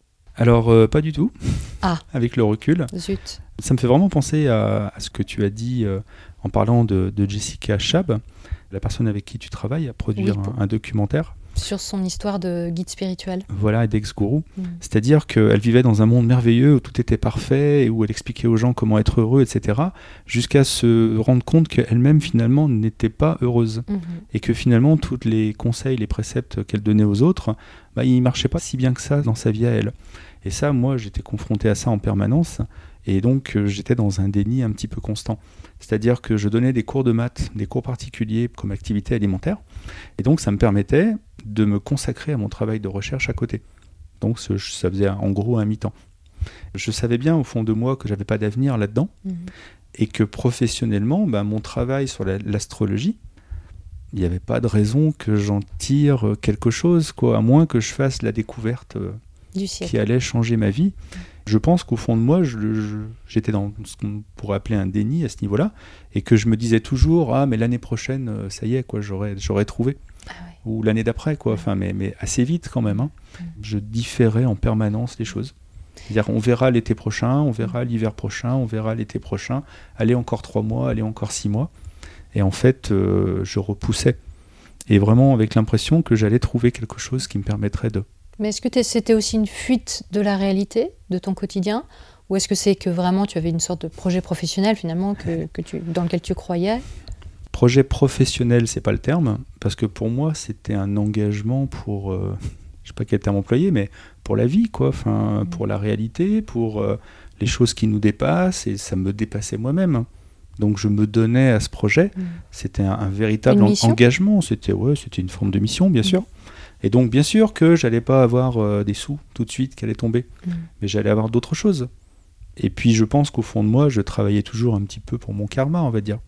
[SPEAKER 3] Alors, pas du tout, avec le recul.
[SPEAKER 2] Zut.
[SPEAKER 3] Ça me fait vraiment penser à ce que tu as dit en parlant de Jessica Schab, la personne avec qui tu travailles, à produire un documentaire.
[SPEAKER 2] Sur son histoire de guide spirituel.
[SPEAKER 3] Voilà, et d'ex-gourou. C'est-à-dire qu'elle vivait dans un monde merveilleux où tout était parfait et où elle expliquait aux gens comment être heureux, etc. Jusqu'à se rendre compte qu'elle-même, finalement, n'était pas heureuse. Et que finalement, tous les conseils, les préceptes qu'elle donnait aux autres, ils ne marchaient pas si bien que ça dans sa vie à elle. Et ça, moi, j'étais confronté à ça en permanence. Et donc, j'étais dans un déni un petit peu constant. C'est-à-dire que je donnais des cours de maths, des cours particuliers comme activité alimentaire. Et donc, ça me permettait de me consacrer à mon travail de recherche à côté. Donc, ça faisait en gros un mi-temps. Je savais bien au fond de moi que je n'avais pas d'avenir là-dedans. Et que professionnellement, mon travail sur l'astrologie, il n'y avait pas de raison que j'en tire quelque chose, à moins que je fasse la découverte qui allait changer ma vie. Je pense qu'au fond de moi, j'étais dans ce qu'on pourrait appeler un déni à ce niveau-là, et que je me disais toujours, mais l'année prochaine, ça y est, j'aurais trouvé. Ou l'année d'après, mais assez vite quand même. Je différais en permanence les choses. C'est-à-dire, on verra l'été prochain, on verra l'hiver prochain, on verra l'été prochain, allez encore 3 mois, allez encore 6 mois. Et en fait, je repoussais. Et vraiment avec l'impression que j'allais trouver quelque chose qui me permettrait de...
[SPEAKER 2] Mais est-ce que c'était aussi une fuite de la réalité, de ton quotidien ? Ou est-ce que c'est que vraiment tu avais une sorte de projet professionnel finalement dans lequel tu croyais ?
[SPEAKER 3] Projet professionnel, c'est pas le terme, parce que pour moi, c'était un engagement pour, je sais pas quel terme employer, mais pour la vie, pour la réalité, pour les choses qui nous dépassent, et ça me dépassait moi-même. Donc je me donnais à ce projet, c'était un véritable engagement, c'était une forme de mission, bien sûr. Et donc, bien sûr que j'allais pas avoir des sous tout de suite qui allaient tomber, mais j'allais avoir d'autres choses. Et puis, je pense qu'au fond de moi, je travaillais toujours un petit peu pour mon karma, on va dire.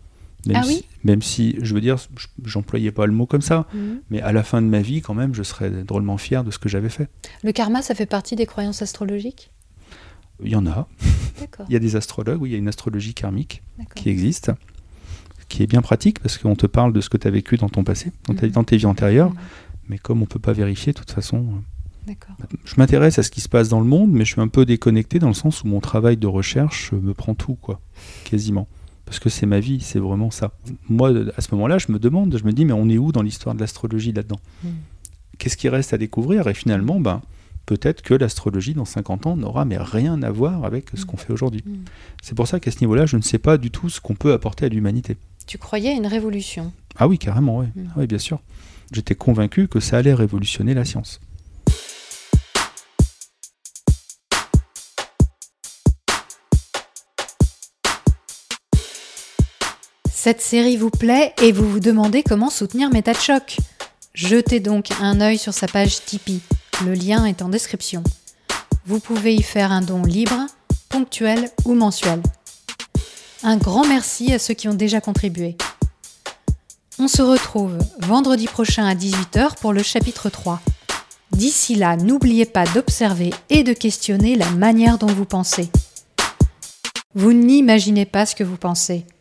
[SPEAKER 3] Même si, je veux dire, j'employais pas le mot comme ça, mais à la fin de ma vie, quand même, je serais drôlement fier de ce que j'avais fait.
[SPEAKER 2] Le karma, ça fait partie des croyances astrologiques ?
[SPEAKER 3] Il y en a.
[SPEAKER 2] D'accord. Il
[SPEAKER 3] y a des astrologues, il y a une astrologie karmique qui existe, qui est bien pratique, parce qu'on te parle de ce que tu as vécu dans ton passé, dans tes vies antérieures. Mais comme on ne peut pas vérifier, de toute façon, je m'intéresse à ce qui se passe dans le monde, mais je suis un peu déconnecté dans le sens où mon travail de recherche me prend tout, quasiment. Parce que c'est ma vie, c'est vraiment ça. Moi, à ce moment-là, je me dis, mais on est où dans l'histoire de l'astrologie là-dedans ? Qu'est-ce qui reste à découvrir ? Et finalement, peut-être que l'astrologie, dans 50 ans, n'aura mais rien à voir avec ce qu'on fait aujourd'hui. C'est pour ça qu'à ce niveau-là, je ne sais pas du tout ce qu'on peut apporter à l'humanité.
[SPEAKER 2] Tu croyais à une révolution ?
[SPEAKER 3] Ah oui, carrément, oui. Oui, bien sûr. J'étais convaincu que ça allait révolutionner la science.
[SPEAKER 2] Cette série vous plaît et vous vous demandez comment soutenir Méta de Choc. Jetez donc un œil sur sa page Tipeee. Le lien est en description. Vous pouvez y faire un don libre, ponctuel ou mensuel. Un grand merci à ceux qui ont déjà contribué. On se retrouve vendredi prochain à 18h pour le chapitre 3. D'ici là, n'oubliez pas d'observer et de questionner la manière dont vous pensez. Vous n'imaginez pas ce que vous pensez.